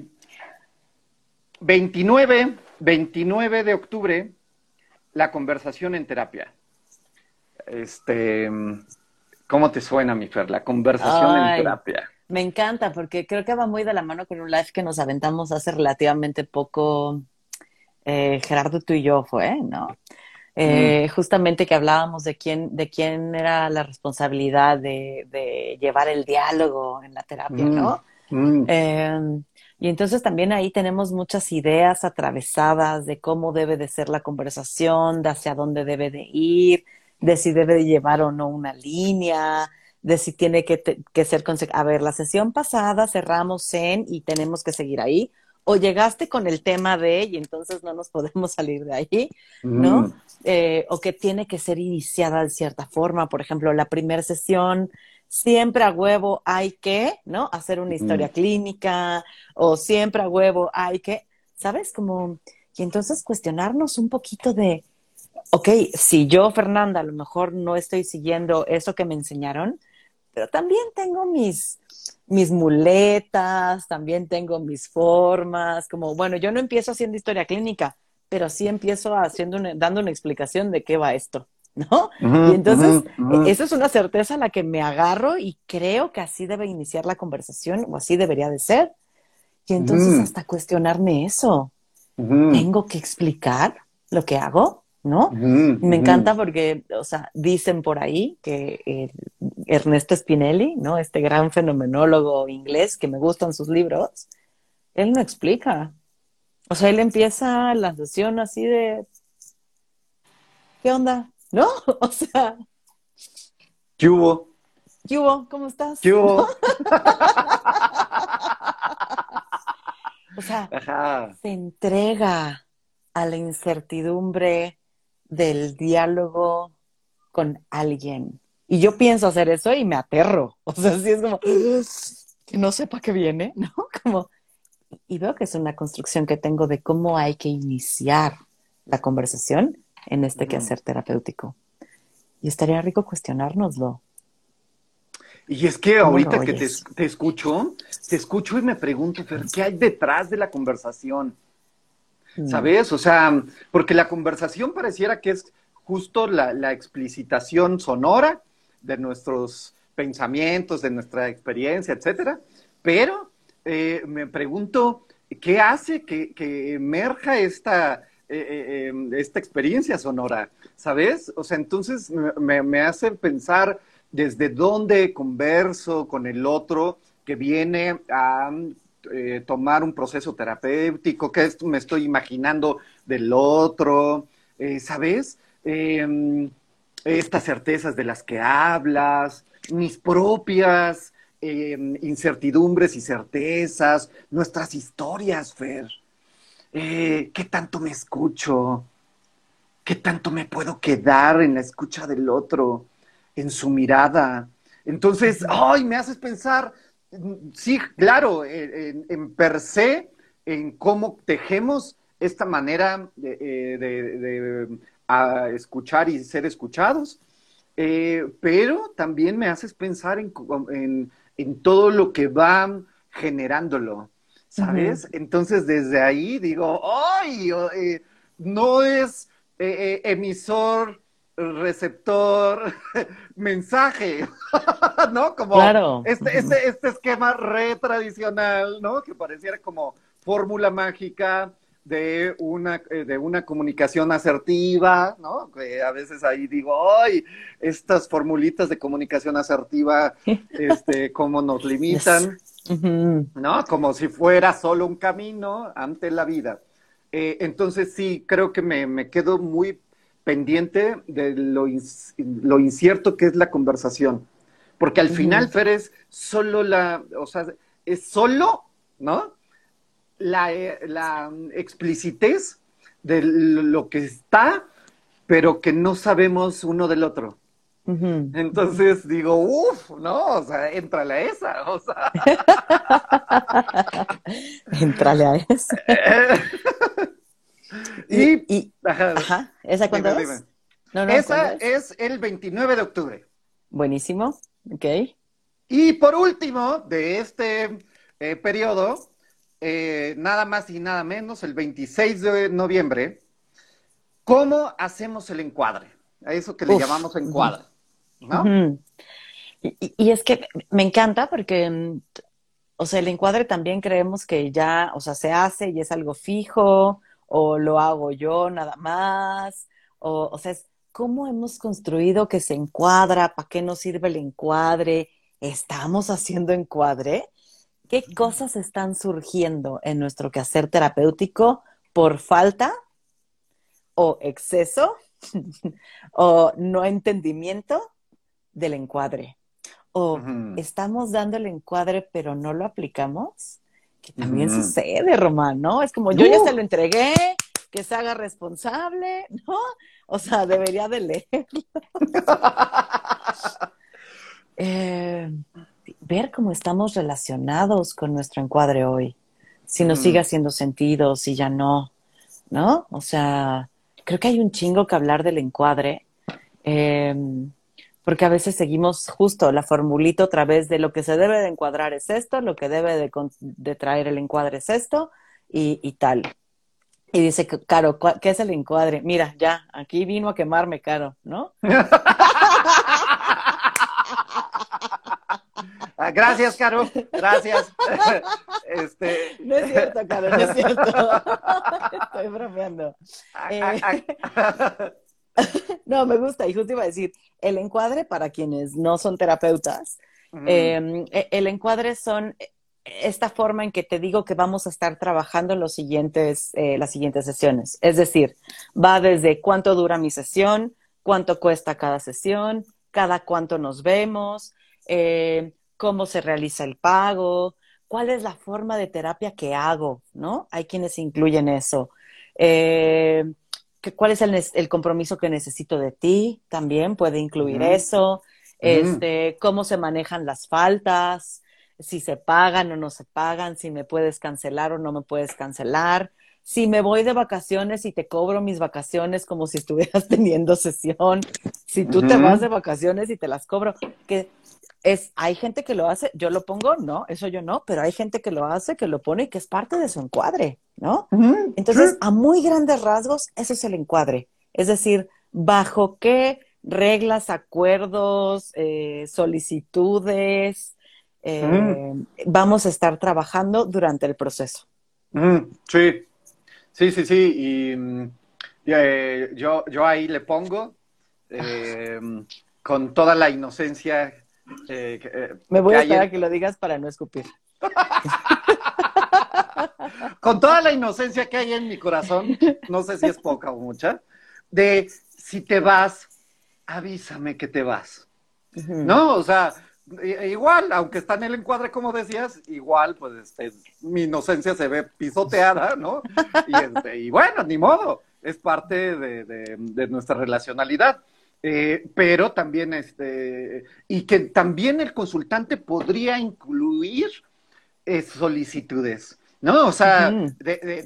29 de octubre, la conversación en terapia. Este, ¿Cómo te suena, mi Fer? La conversación en Ay, terapia. me encanta porque creo que va muy de la mano con un live que nos aventamos hace relativamente poco, Gerardo, tú y yo fue, ¿no? Mm, Justamente que hablábamos de quién era la responsabilidad de llevar el diálogo en la terapia, mm, ¿no? mm, Eh, y entonces también ahí tenemos muchas ideas atravesadas de cómo debe de ser la conversación, de hacia dónde debe de ir, de si debe de llevar o no una línea, de si tiene que ser... A ver, la sesión pasada cerramos en y tenemos que seguir ahí, o llegaste con el tema de y entonces no nos podemos salir de ahí, ¿no? mm, O que tiene que ser iniciada de cierta forma. Por ejemplo, la primera sesión siempre a huevo hay que, ¿no? Hacer una mm, historia clínica o siempre a huevo hay que, ¿sabes? Como, y entonces cuestionarnos un poquito de, ok, si yo, Fernanda, a lo mejor no estoy siguiendo eso que me enseñaron, pero también tengo mis muletas, también tengo mis formas, como, bueno, yo no empiezo haciendo historia clínica, pero sí empiezo dando una explicación de qué va esto, ¿no? Y mm, entonces, mm, esa es una certeza a la que me agarro y creo que así debe iniciar la conversación o así debería de ser. Y entonces mm, hasta cuestionarme eso, mm, ¿tengo que explicar lo que hago? ¿No? mm, Y me mm, encanta porque, o sea, dicen por ahí que Ernesto Spinelli, ¿no? Este gran fenomenólogo inglés que me gustan sus libros, él no explica. O sea, él empieza la sesión así de, ¿qué onda? ¿No? O sea, ¿Qué hubo? ¿qué hubo? ¿Cómo estás? ¿Qué ¿No? hubo? O sea, Ajá. se entrega a la incertidumbre del diálogo con alguien. Y yo pienso hacer eso y me aterro. O sea, sí es como que no sepa qué viene, ¿no? Como, y veo que es una construcción que tengo de cómo hay que iniciar la conversación en este Ujú. quehacer terapéutico. Y estaría rico cuestionárnoslo. Y es que ¿Cómo lo ahorita que oyes? te escucho y me pregunto, Fer, ¿qué hay detrás de la conversación? Mm, ¿Sabes? O sea, porque la conversación pareciera que es justo la explicitación sonora de nuestros pensamientos, de nuestra experiencia, etcétera. Pero me pregunto, ¿qué hace que emerja esta experiencia sonora? ¿Sabes? O sea, entonces me hace pensar desde dónde converso con el otro que viene a tomar un proceso terapéutico, qué me estoy imaginando del otro, ¿sabes? Estas certezas de las que hablas, mis propias incertidumbres y certezas, nuestras historias, Fer. ¿Qué tanto me escucho? ¿Qué tanto me puedo quedar en la escucha del otro, en su mirada? Entonces, ujú, ¡ay! Me haces pensar, sí, claro, per se, en cómo tejemos esta manera de escuchar y ser escuchados, pero también me haces pensar en todo lo que va generándolo, ujú. ¿sabes? Entonces, desde ahí digo, ¡ay! No es emisor, receptor, mensaje, ¿no? Como Claro. Ujú, este esquema re tradicional, ¿no? Que pareciera como fórmula mágica de una comunicación asertiva, ¿no? Que a veces ahí digo, ¡ay! Estas formulitas de comunicación asertiva, cómo nos yes. limitan, Ujú, ¿no? Como si fuera solo un camino ante la vida. Entonces sí, creo que me quedo muy pendiente de lo incierto que es la conversación. Porque al final, ujú, Fer, es solo o sea, es solo, ¿no? La explicitez de lo que está, pero que no sabemos uno del otro. ujú, ujú. Entonces digo, uff, ¿no? O sea, éntrale a esa, o sea. Entrale a eso. Y, Y, y, ajá, ajá, ¿esa cuándo dime, dime. es? No, no, ¿cuándo Esa es? es el 29 de octubre. Buenísimo, ok. Y por último, de este periodo, nada más y nada menos, el 26 de noviembre, ¿cómo hacemos el encuadre? A eso que le Uf. llamamos Ujú, encuadre, ¿no? ujú. Y es que me encanta porque, o sea, el encuadre también creemos que ya, o sea, se hace y es algo fijo, o lo hago yo nada más, o sea, es cómo hemos construido que se encuadra, para qué nos sirve el encuadre, estamos haciendo encuadre, qué cosas están surgiendo en nuestro quehacer terapéutico por falta o exceso o no entendimiento del encuadre. O Ujú, estamos dando el encuadre pero no lo aplicamos, que también ujú. sucede, Román, ¿no? Es como yo ya se Uh, lo entregué, que se haga responsable, ¿no? O sea, debería de leer. Eh, ver cómo estamos relacionados con nuestro encuadre hoy, si nos sigue ujú. haciendo sentido, si ya no, ¿no? O sea, creo que hay un chingo que hablar del encuadre, eh, porque a veces seguimos justo la formulita otra vez de lo que se debe de encuadrar es esto, lo que debe de traer el encuadre es esto y tal. Y dice, Caro, ¿qué es el encuadre? Mira, ya, aquí vino a quemarme, Caro, ¿no? Ah, gracias, Caro. Gracias. Este. No es cierto, Caro, no es cierto. Estoy bromeando. Eh, no, me gusta, y justo iba a decir, el encuadre para quienes no son terapeutas, Ujú, el encuadre son esta forma en que te digo que vamos a estar trabajando en las siguientes sesiones. Es decir, va desde cuánto dura mi sesión, cuánto cuesta cada sesión, cada cuánto nos vemos, cómo se realiza el pago, cuál es la forma de terapia que hago, ¿no? Hay quienes incluyen eso. Eh, ¿Cuál es el compromiso que necesito de ti? También puede incluir Ujú, eso. ujú, Cómo se manejan las faltas, si se pagan o no se pagan, si me puedes cancelar o no me puedes cancelar, si me voy de vacaciones y te cobro mis vacaciones como si estuvieras teniendo sesión, si tú te vas ujú, de vacaciones y te las cobro, que hay gente que lo hace, yo lo pongo, no, eso yo no, pero hay gente que lo hace, que lo pone y que es parte de su encuadre, ¿no? ujú, sí. Entonces, a muy grandes rasgos, eso es el encuadre. Es decir, bajo qué reglas, acuerdos, solicitudes, Ujú, eh, vamos a estar trabajando durante el proceso. ujú, sí. Sí, sí, sí, yo ahí le pongo eh, con toda la inocencia Me que voy a hay esperar a que lo digas para no escupir. con toda la inocencia que hay en mi corazón, no sé si es poca o mucha, de si te vas, avísame que te vas. Ujú. ¿No? O sea, igual, aunque está en el encuadre, como decías, igual, pues mi inocencia se ve pisoteada, ¿no? Y bueno, ni modo, es parte de nuestra relacionalidad. Pero también, y que también el consultante podría incluir solicitudes, ¿no? O sea, Ujú.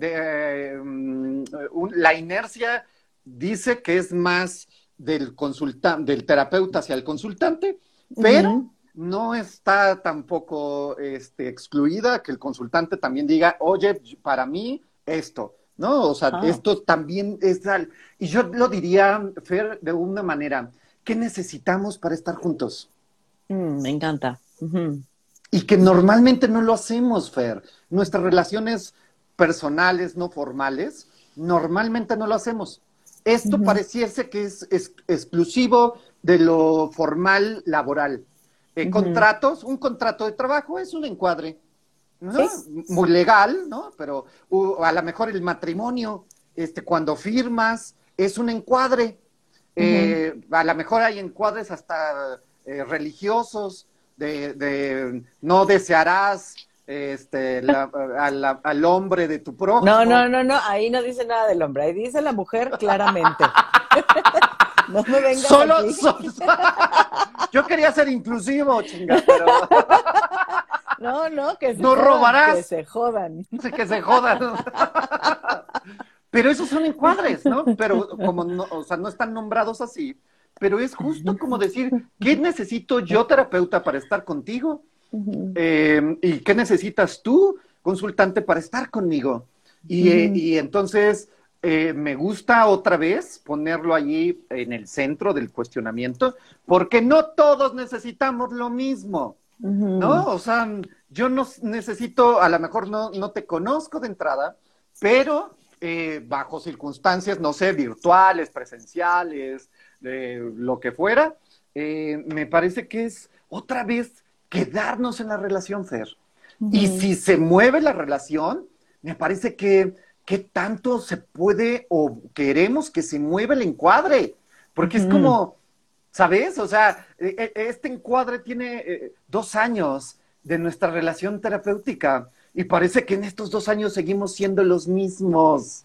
la inercia dice que es más del terapeuta hacia el consultante, pero Ujú. no está tampoco excluida que el consultante también diga, oye, para mí esto, ¿no? O sea, Ah, esto también es tal. Y yo lo diría, Fer, de una manera, ¿qué necesitamos para estar juntos? me encanta. Ujú. Y que normalmente no lo hacemos, Fer. Nuestras relaciones personales, no formales, normalmente no lo hacemos. Esto Ujú. pareciese que es exclusivo de lo formal laboral. Ujú. Contratos, un contrato de trabajo es un encuadre, Sí. ¿no? Muy legal, ¿no? Pero a lo mejor el matrimonio, cuando firmas, es un encuadre. Ujú. A lo mejor hay encuadres hasta religiosos, no desearás al hombre de tu No, prójimo. no, no, no, ahí no dice nada del hombre, ahí dice la mujer claramente. No me vengas Solo, aquí. yo quería ser inclusivo, chinga, pero No, no, que se no jodan, que robarás, se jodan. que se jodan. Pero esos son encuadres, ¿no? Pero como no, o sea, no están nombrados así, pero es justo como decir, ¿qué necesito yo, terapeuta, para estar contigo? Ujú. ¿Y qué necesitas tú, consultante, para estar conmigo? Ujú. Y entonces me gusta otra vez ponerlo allí en el centro del cuestionamiento, porque no todos necesitamos lo mismo. ¿No? Ujú. O sea, yo no necesito, a lo mejor no te conozco de entrada, pero bajo circunstancias, no sé, virtuales, presenciales, lo que fuera, me parece que es otra vez quedarnos en la relación, Fer. Y Ujú. si se mueve la relación, me parece que tanto se puede o queremos que se mueva el encuadre, porque es Ujú. como, ¿sabes? O sea, este encuadre tiene 2 años de nuestra relación terapéutica y parece que en estos 2 años seguimos siendo los mismos.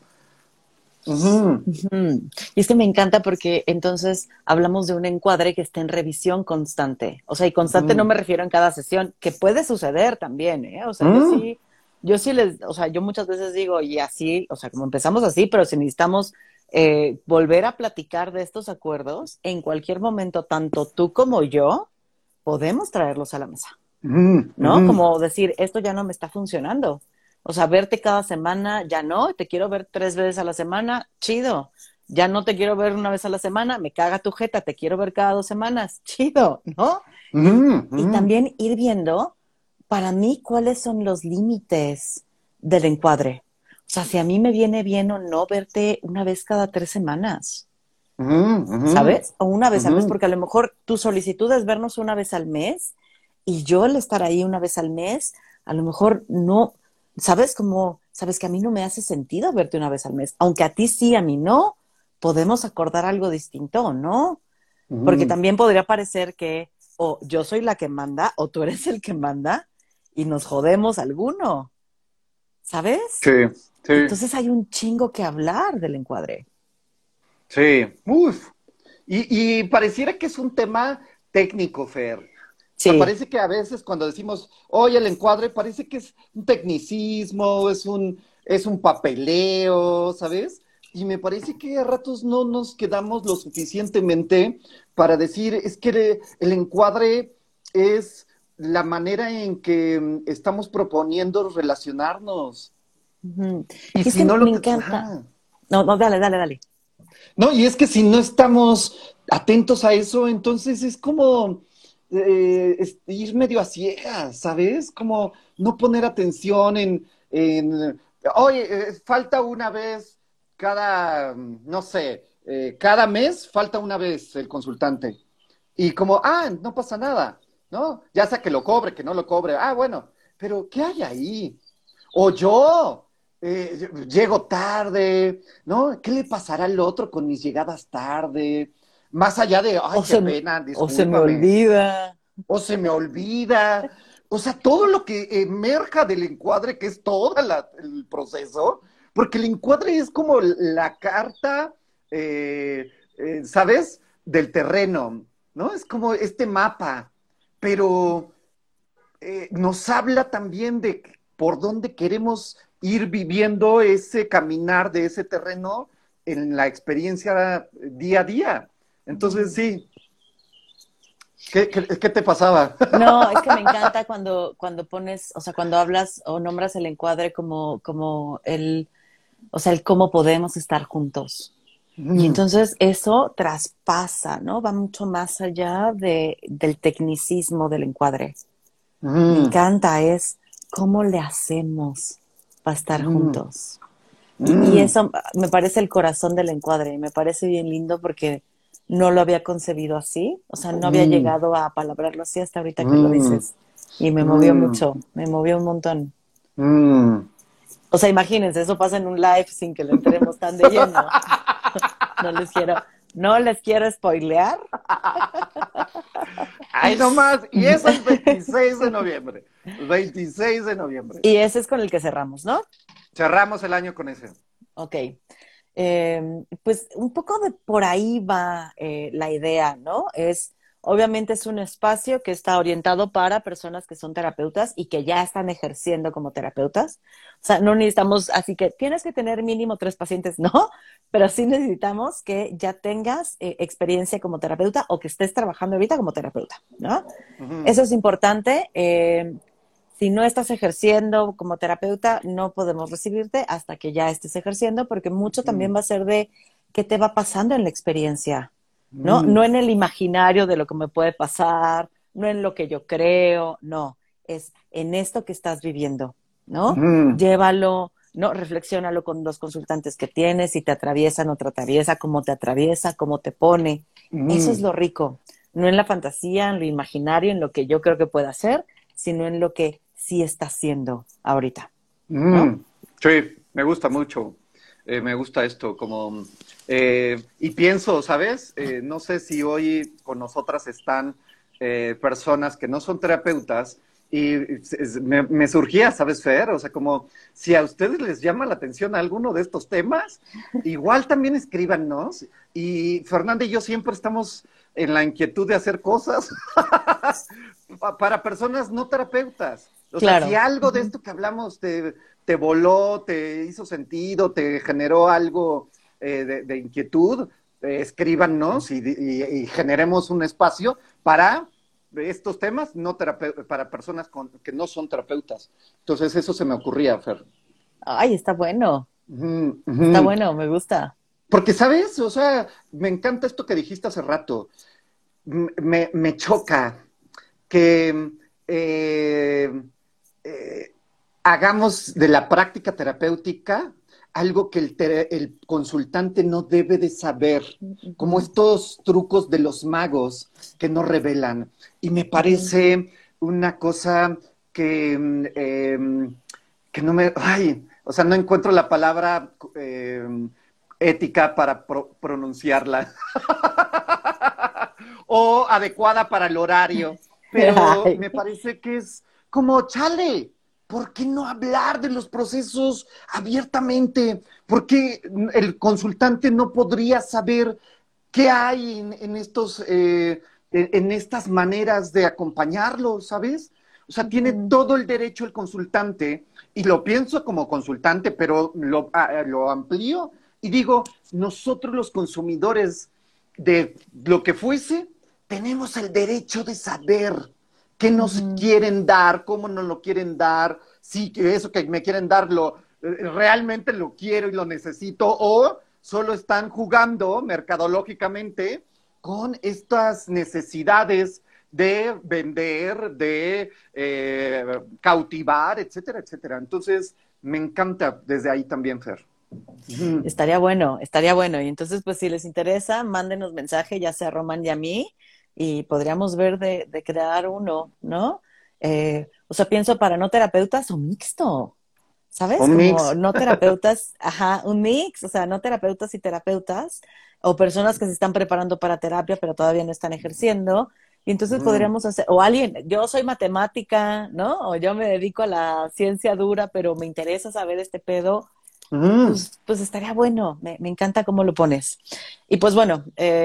Ujú, Ujú. Y es que me encanta porque entonces hablamos de un encuadre que esté en revisión constante. O sea, y constante no ujú, me refiero en cada sesión, que puede suceder también, ¿eh? O sea, ujú, yo sí o sea, yo muchas veces digo, y así, o sea, como empezamos así, pero si necesitamos volver a platicar de estos acuerdos, en cualquier momento, tanto tú como yo, podemos traerlos a la mesa. ujú, ¿No? ujú, Como decir, esto ya no me está funcionando. O sea, verte cada semana, ya no, te quiero ver 3 veces a la semana, chido. Ya no te quiero ver una vez a la semana, me caga tu jeta, te quiero ver cada 2 semanas, chido, ¿no? ujú, Y ujú, también ir viendo, para mí, cuáles son los límites del encuadre. O sea, si a mí me viene bien o no verte una vez cada 3 semanas, ujú, ¿sabes? O una vez al mes, ujú, porque a lo mejor tu solicitud es vernos una vez al mes y yo el estar ahí una vez al mes, a lo mejor no, ¿sabes? Como, sabes que a mí no me hace sentido verte una vez al mes, aunque a ti sí, a mí no, podemos acordar algo distinto, ¿no? Porque Ujú. también podría parecer que o yo soy la que manda o tú eres el que manda y nos jodemos alguno, Sí, ¿sabes? sí, Entonces hay un chingo que hablar del encuadre. sí. Uf. Y pareciera que es un tema técnico, Fer. O sea, Sí. parece que a veces cuando decimos, oye, el encuadre, parece que es un tecnicismo, es un papeleo, ¿sabes? Y me parece que a ratos no nos quedamos lo suficientemente para decir, es que el encuadre es la manera en que estamos proponiendo relacionarnos. Ujú. Y Y es si que no me lo... encanta. Ajá. No, no, dale, dale, dale. No, y es que si no estamos atentos a eso, entonces es como ir medio a ciegas, ¿sabes? Como no poner atención oye, falta una vez no sé, cada mes falta una vez el consultante. Y como, no pasa nada, ¿no? Ya sea que lo cobre, que no lo cobre, bueno, pero ¿qué hay ahí? O yo, llego tarde, ¿no? ¿Qué le pasará al otro con mis llegadas tarde? Más allá de, ay, O qué se, pena, o se me discúlpame, olvida. o se me olvida. O sea, todo lo que emerja del encuadre, que es todo el proceso, porque el encuadre es como la carta, ¿sabes? Del terreno, ¿no? Es como este mapa, pero nos habla también de por dónde queremos ir viviendo ese caminar de ese terreno en la experiencia día a día. Entonces, Ujú. sí, ¿qué te pasaba? No, es que me encanta cuando pones, o sea, cuando hablas o nombras el encuadre como el, o sea, el cómo podemos estar juntos. Y Mm, entonces eso traspasa, ¿no? Va mucho más allá del tecnicismo del encuadre. Me mm, encanta, es cómo le hacemos para estar mm, juntos. Y mm, eso me parece el corazón del encuadre y me parece bien lindo porque no lo había concebido así, o sea, no había mm, llegado a palabrarlo así hasta ahorita que lo mm, dices. Y me movió mm, mucho, me movió un montón. mm. O sea, imagínense, eso pasa en un live sin que le entremos tan de lleno. No les quiero, no les quiero spoilear. Ay, no más. Y es el 26 de noviembre. 26 de noviembre. Y ese es con el que cerramos, ¿no? Cerramos el año con ese. Ok. Pues un poco de por ahí va la idea, ¿no? Obviamente es un espacio que está orientado para personas que son terapeutas y que ya están ejerciendo como terapeutas. O sea, no necesitamos, así que tienes que tener mínimo 3 pacientes, no, pero sí necesitamos que ya tengas experiencia como terapeuta o que estés trabajando ahorita como terapeuta, ¿no? Ujú, Eso es importante. Si no estás ejerciendo como terapeuta, no podemos recibirte hasta que ya estés ejerciendo, porque mucho también ujú, va a ser de qué te va pasando en la experiencia, ¿no? mm, No en el imaginario de lo que me puede pasar, no en lo que yo creo, no, es en esto que estás viviendo, ¿no? mm, Llévalo, ¿no? Reflexiónalo con los consultantes que tienes, si te atraviesa, no te atraviesa, cómo te pone. Eso es mm, lo rico, no en la fantasía, en lo imaginario, en lo que yo creo que pueda ser, sino en lo que sí está haciendo ahorita, ¿no? mm. Sí, me gusta mucho. Me gusta esto, y pienso, ¿sabes? No sé si hoy con nosotras están personas que no son terapeutas y me surgía, ¿sabes, Fer? O sea, como si a ustedes les llama la atención alguno de estos temas, igual también escríbanos. Y Fernanda y yo siempre estamos en la inquietud de hacer cosas para personas no terapeutas. O sea, si Claro. algo de Ujú. esto que hablamos te voló, te hizo sentido, te generó algo de inquietud, escríbanos y generemos un espacio para estos temas para personas que no son terapeutas. Entonces, eso se me ocurría, Fer. Ay, Ujú, está ujú. bueno, me gusta. Porque, ¿sabes? O sea, me encanta esto que dijiste hace rato. Me choca que eh, eh, hagamos de la práctica terapéutica algo que el consultante no debe de saber, como Ujú, estos trucos de los magos que no revelan. Y me ujú, parece una cosa que no me, ay, o sea, no encuentro la palabra ética para pronunciarla o adecuada para el horario, pero Ay. me parece que es como, chale, ¿por qué no hablar de los procesos abiertamente? ¿Por qué el consultante no podría saber qué hay en estas maneras de acompañarlo, ¿sabes? O sea, tiene Ujú, todo el derecho el consultante, y lo pienso como consultante, pero lo amplío y digo, nosotros los consumidores de lo que fuese, tenemos el derecho de saber qué nos ujú. quieren dar, cómo nos lo quieren dar, si eso que me quieren dar realmente lo quiero y lo necesito, o solo están jugando mercadológicamente con estas necesidades de vender, de cautivar, etcétera, etcétera. Entonces, me encanta desde ahí también, Fer. Ujú. Estaría bueno, estaría bueno. Y entonces, pues si les interesa, mándenos mensaje, ya sea a Román y a mí, y podríamos ver de crear uno, ¿no? O sea, pienso para no terapeutas un mixto, ¿sabes? Un Como mix. no terapeutas, ajá, un mix, o sea, no terapeutas y terapeutas, o personas que se están preparando para terapia, pero todavía no están ejerciendo. Y entonces Mm. podríamos hacer, o alguien, yo soy matemática, ¿no? O yo me dedico a la ciencia dura, pero me interesa saber este pedo, Mm. pues estaría bueno, me encanta cómo lo pones. Y pues bueno,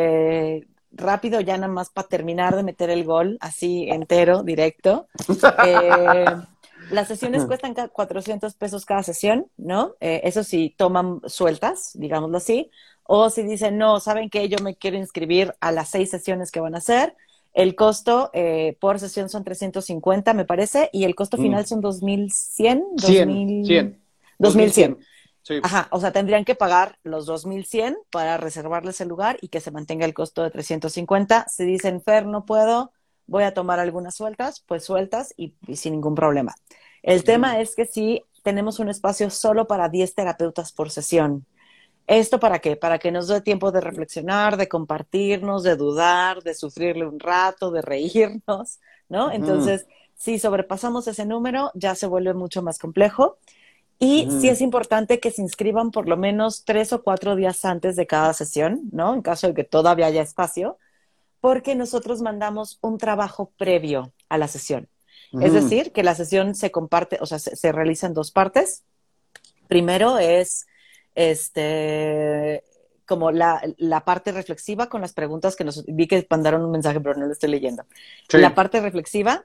rápido, ya nada más para terminar de meter el gol, así entero, directo. Eh, las sesiones cuestan 400 pesos cada sesión, ¿no? Eso sí, toman sueltas, digámoslo así. O si dicen, no, ¿saben qué? Yo me quiero inscribir a las 6 sesiones que van a hacer. El costo por sesión son 350, me parece, y el costo final Mm. son 2100, 100, 100, 2100. 2100. Sí. Ajá, o sea, tendrían que pagar los 2100 para reservarles el lugar y que se mantenga el costo de 350. Si dicen, Fer, no puedo, voy a tomar algunas sueltas, pues sueltas y sin ningún problema. El Mm. tema es que sí tenemos un espacio solo para 10 terapeutas por sesión. ¿Esto para qué? Para que nos dé tiempo de reflexionar, de compartirnos, de dudar, de sufrirle un rato, de reírnos, ¿no? Mm. Entonces, si sobrepasamos ese número, ya se vuelve mucho más complejo. Y sí Mm. es importante que se inscriban por lo menos 3 o 4 días antes de cada sesión, ¿no? En caso de que todavía haya espacio, porque nosotros mandamos un trabajo previo a la sesión. Es Mm. decir, que la sesión se comparte, o sea, se realiza en dos partes. Primero es este como la parte reflexiva con las preguntas que nos vi que mandaron un mensaje, pero no lo estoy leyendo. La Sí. parte reflexiva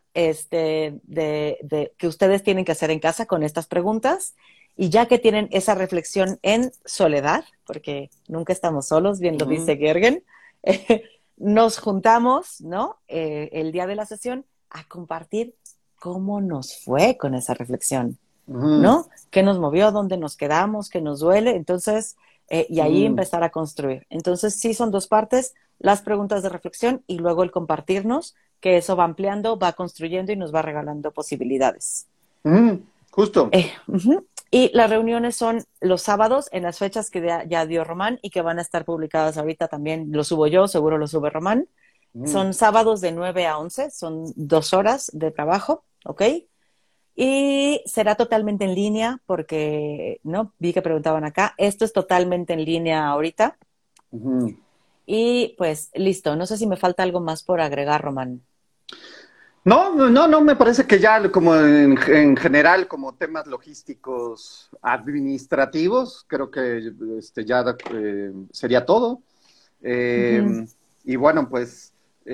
que ustedes tienen que hacer en casa con estas preguntas, y ya que tienen esa reflexión en soledad, porque nunca estamos solos, bien lo Mm. dice Gergen, nos juntamos, ¿no? El día de la sesión a compartir cómo nos fue con esa reflexión, Mm. ¿no? ¿Qué nos movió? ¿Dónde nos quedamos? ¿Qué nos duele? Entonces, y ahí Mm. empezar a construir. Entonces, sí son dos partes, las preguntas de reflexión y luego el compartirnos, que eso va ampliando, va construyendo y nos va regalando posibilidades. Mm. Justo. Uh-huh. Y las reuniones son los sábados en las fechas que ya dio Román y que van a estar publicadas ahorita también. Lo subo yo, seguro lo sube Román. Mm. Son sábados de 9 a 11, son 2 horas de trabajo, ¿ok? Y será totalmente en línea porque, ¿no? Vi que preguntaban acá. Esto es totalmente en línea ahorita. Mm. Y pues listo. No sé si me falta algo más por agregar, Román. No, no, no, me parece que ya como en general, como temas logísticos administrativos, creo que ya sería todo. Ujú. Eh, y bueno, pues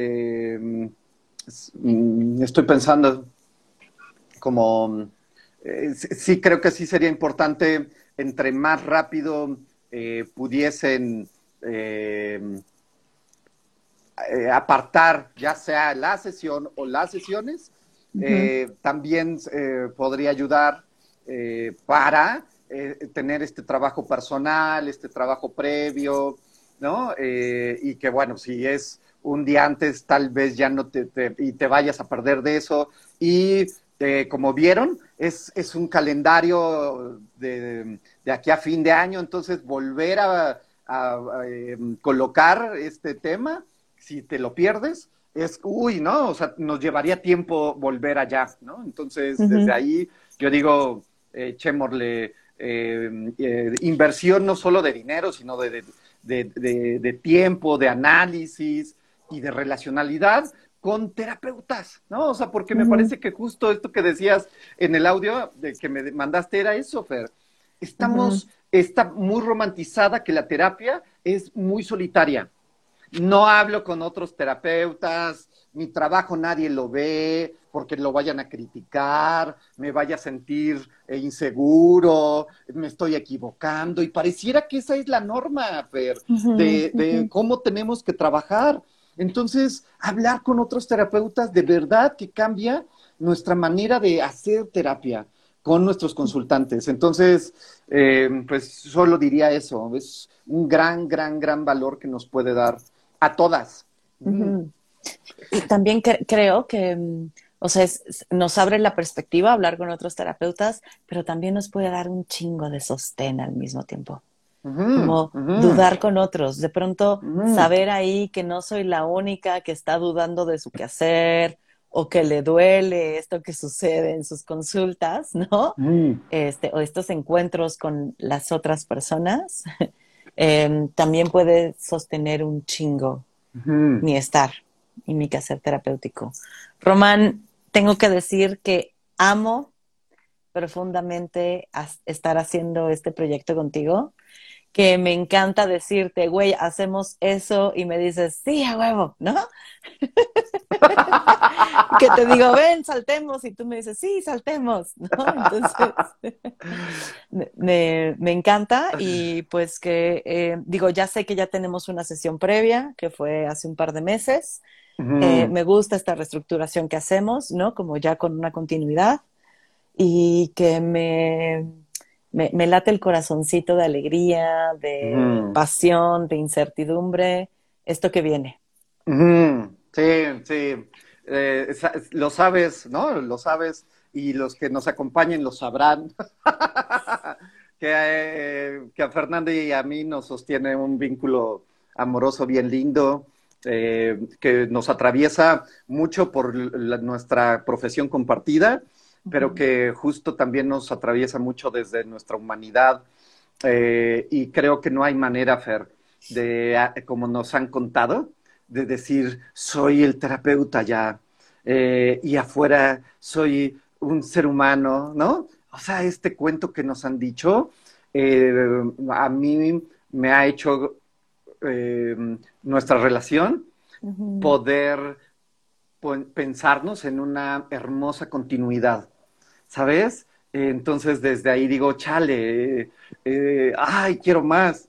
estoy pensando como, sí creo que sí sería importante, entre más rápido pudiesen eh, apartar ya sea la sesión o las sesiones, Ujú. también podría ayudar para tener este trabajo personal, este trabajo previo, ¿no? Y que bueno, si es un día antes, tal vez ya no y te vayas a perder de eso. Y como vieron, es un calendario de aquí a fin de año, entonces volver a colocar este tema si te lo pierdes, uy, ¿no? O sea, nos llevaría tiempo volver allá, ¿no? Entonces, desde Ujú, ahí, yo digo, echémosle inversión no solo de dinero, sino de tiempo, de análisis y de relacionalidad con terapeutas, ¿no? O sea, porque me ujú, parece que justo esto que decías en el audio de que me mandaste era eso, Fer. ujú, Está muy romantizada que la terapia es muy solitaria. No hablo con otros terapeutas, mi trabajo nadie lo ve porque lo vayan a criticar, me vaya a sentir inseguro, me estoy equivocando y pareciera que esa es la norma, Fer, ujú, de cómo tenemos que trabajar. Entonces, hablar con otros terapeutas de verdad que cambia nuestra manera de hacer terapia con nuestros consultantes. Entonces, pues solo diría eso, es un gran, gran, gran valor que nos puede dar a todas. Mm. ujú. Y también creo que, o sea, nos abre la perspectiva hablar con otros terapeutas, pero también nos puede dar un chingo de sostén al mismo tiempo. Ujú, Como ujú, dudar con otros, de pronto ujú, saber ahí que no soy la única que está dudando de su quehacer o que le duele esto que sucede en sus consultas, ¿no? ujú, O estos encuentros con las otras personas, también puede sostener un chingo ujú. mi estar y mi quehacer terapéutico. Román, tengo que decir que amo profundamente estar haciendo este proyecto contigo, que me encanta decirte, güey, hacemos eso y me dices, sí, a huevo, ¿no? Que te digo, ven, saltemos y tú me dices, sí, saltemos, ¿no? Entonces, me encanta y pues que, digo, ya sé que ya tenemos una sesión previa, que fue hace un par de meses. Ujú, Me gusta esta reestructuración que hacemos, ¿no? Como ya con una continuidad y que me late el corazoncito de alegría, de ujú, pasión, de incertidumbre, esto que viene. ujú. Sí, sí. Lo sabes, ¿no? Lo sabes y los que nos acompañen lo sabrán. Que a Fernanda y a mí nos sostiene un vínculo amoroso bien lindo, que nos atraviesa mucho por nuestra profesión compartida, pero Ujú, que justo también nos atraviesa mucho desde nuestra humanidad. Y creo que no hay manera, Fer, como nos han contado, de decir, soy el terapeuta ya, y afuera soy un ser humano, ¿no? O sea, este cuento que nos han dicho, eh, a mí me ha hecho eh, nuestra relación ujú. poder pensarnos en una hermosa continuidad, ¿sabes? Entonces desde ahí digo, chale, ay, quiero más.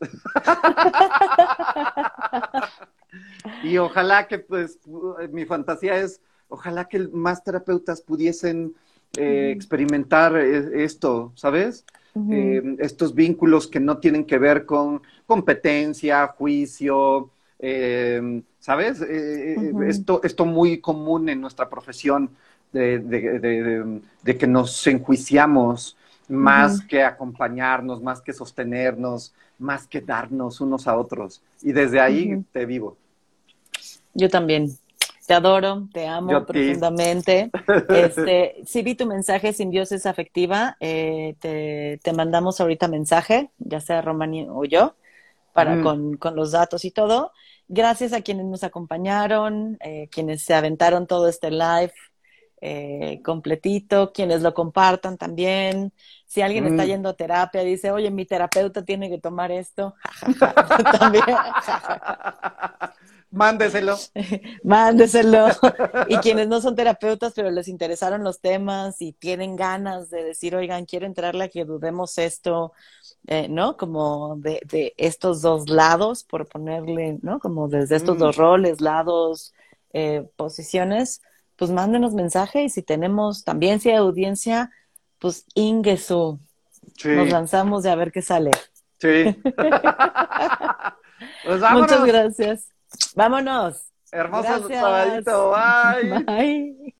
Y ojalá que, pues, mi fantasía es, ojalá que más terapeutas pudiesen Ujú, experimentar esto, ¿sabes? ujú, Estos vínculos que no tienen que ver con competencia, juicio, ¿sabes? ujú, Esto muy común en nuestra profesión de que nos enjuiciamos más ujú. que acompañarnos, más que sostenernos, más que darnos unos a otros. Y desde ahí Ujú. te vivo. Yo también. Te adoro, te Yo amo a ti. profundamente. Sí vi tu mensaje Simbiosis Afectiva. Te mandamos ahorita mensaje, ya sea Romani o yo, para Ujú, con los datos y todo. Gracias a quienes nos acompañaron, quienes se aventaron todo este live completito, quienes lo compartan también. Si alguien está ujú. yendo a terapia, dice, oye, mi terapeuta tiene que tomar esto, jajaja, también, jajaja. Mándeselo. Mándeselo. Y quienes no son terapeutas, pero les interesaron los temas y tienen ganas de decir, oigan, quiero entrarle a que dudemos esto, ¿no? Como de estos dos lados, por ponerle, ¿no? Como desde estos dos Mm, roles, lados, posiciones, pues mándenos mensaje y si tenemos también, si hay audiencia, pues Ingesu, nos sí, lanzamos de a ver qué sale. sí. Pues Muchas vámonos. gracias. Vámonos. Hermoso Gracias. sabadito. Bye. Bye.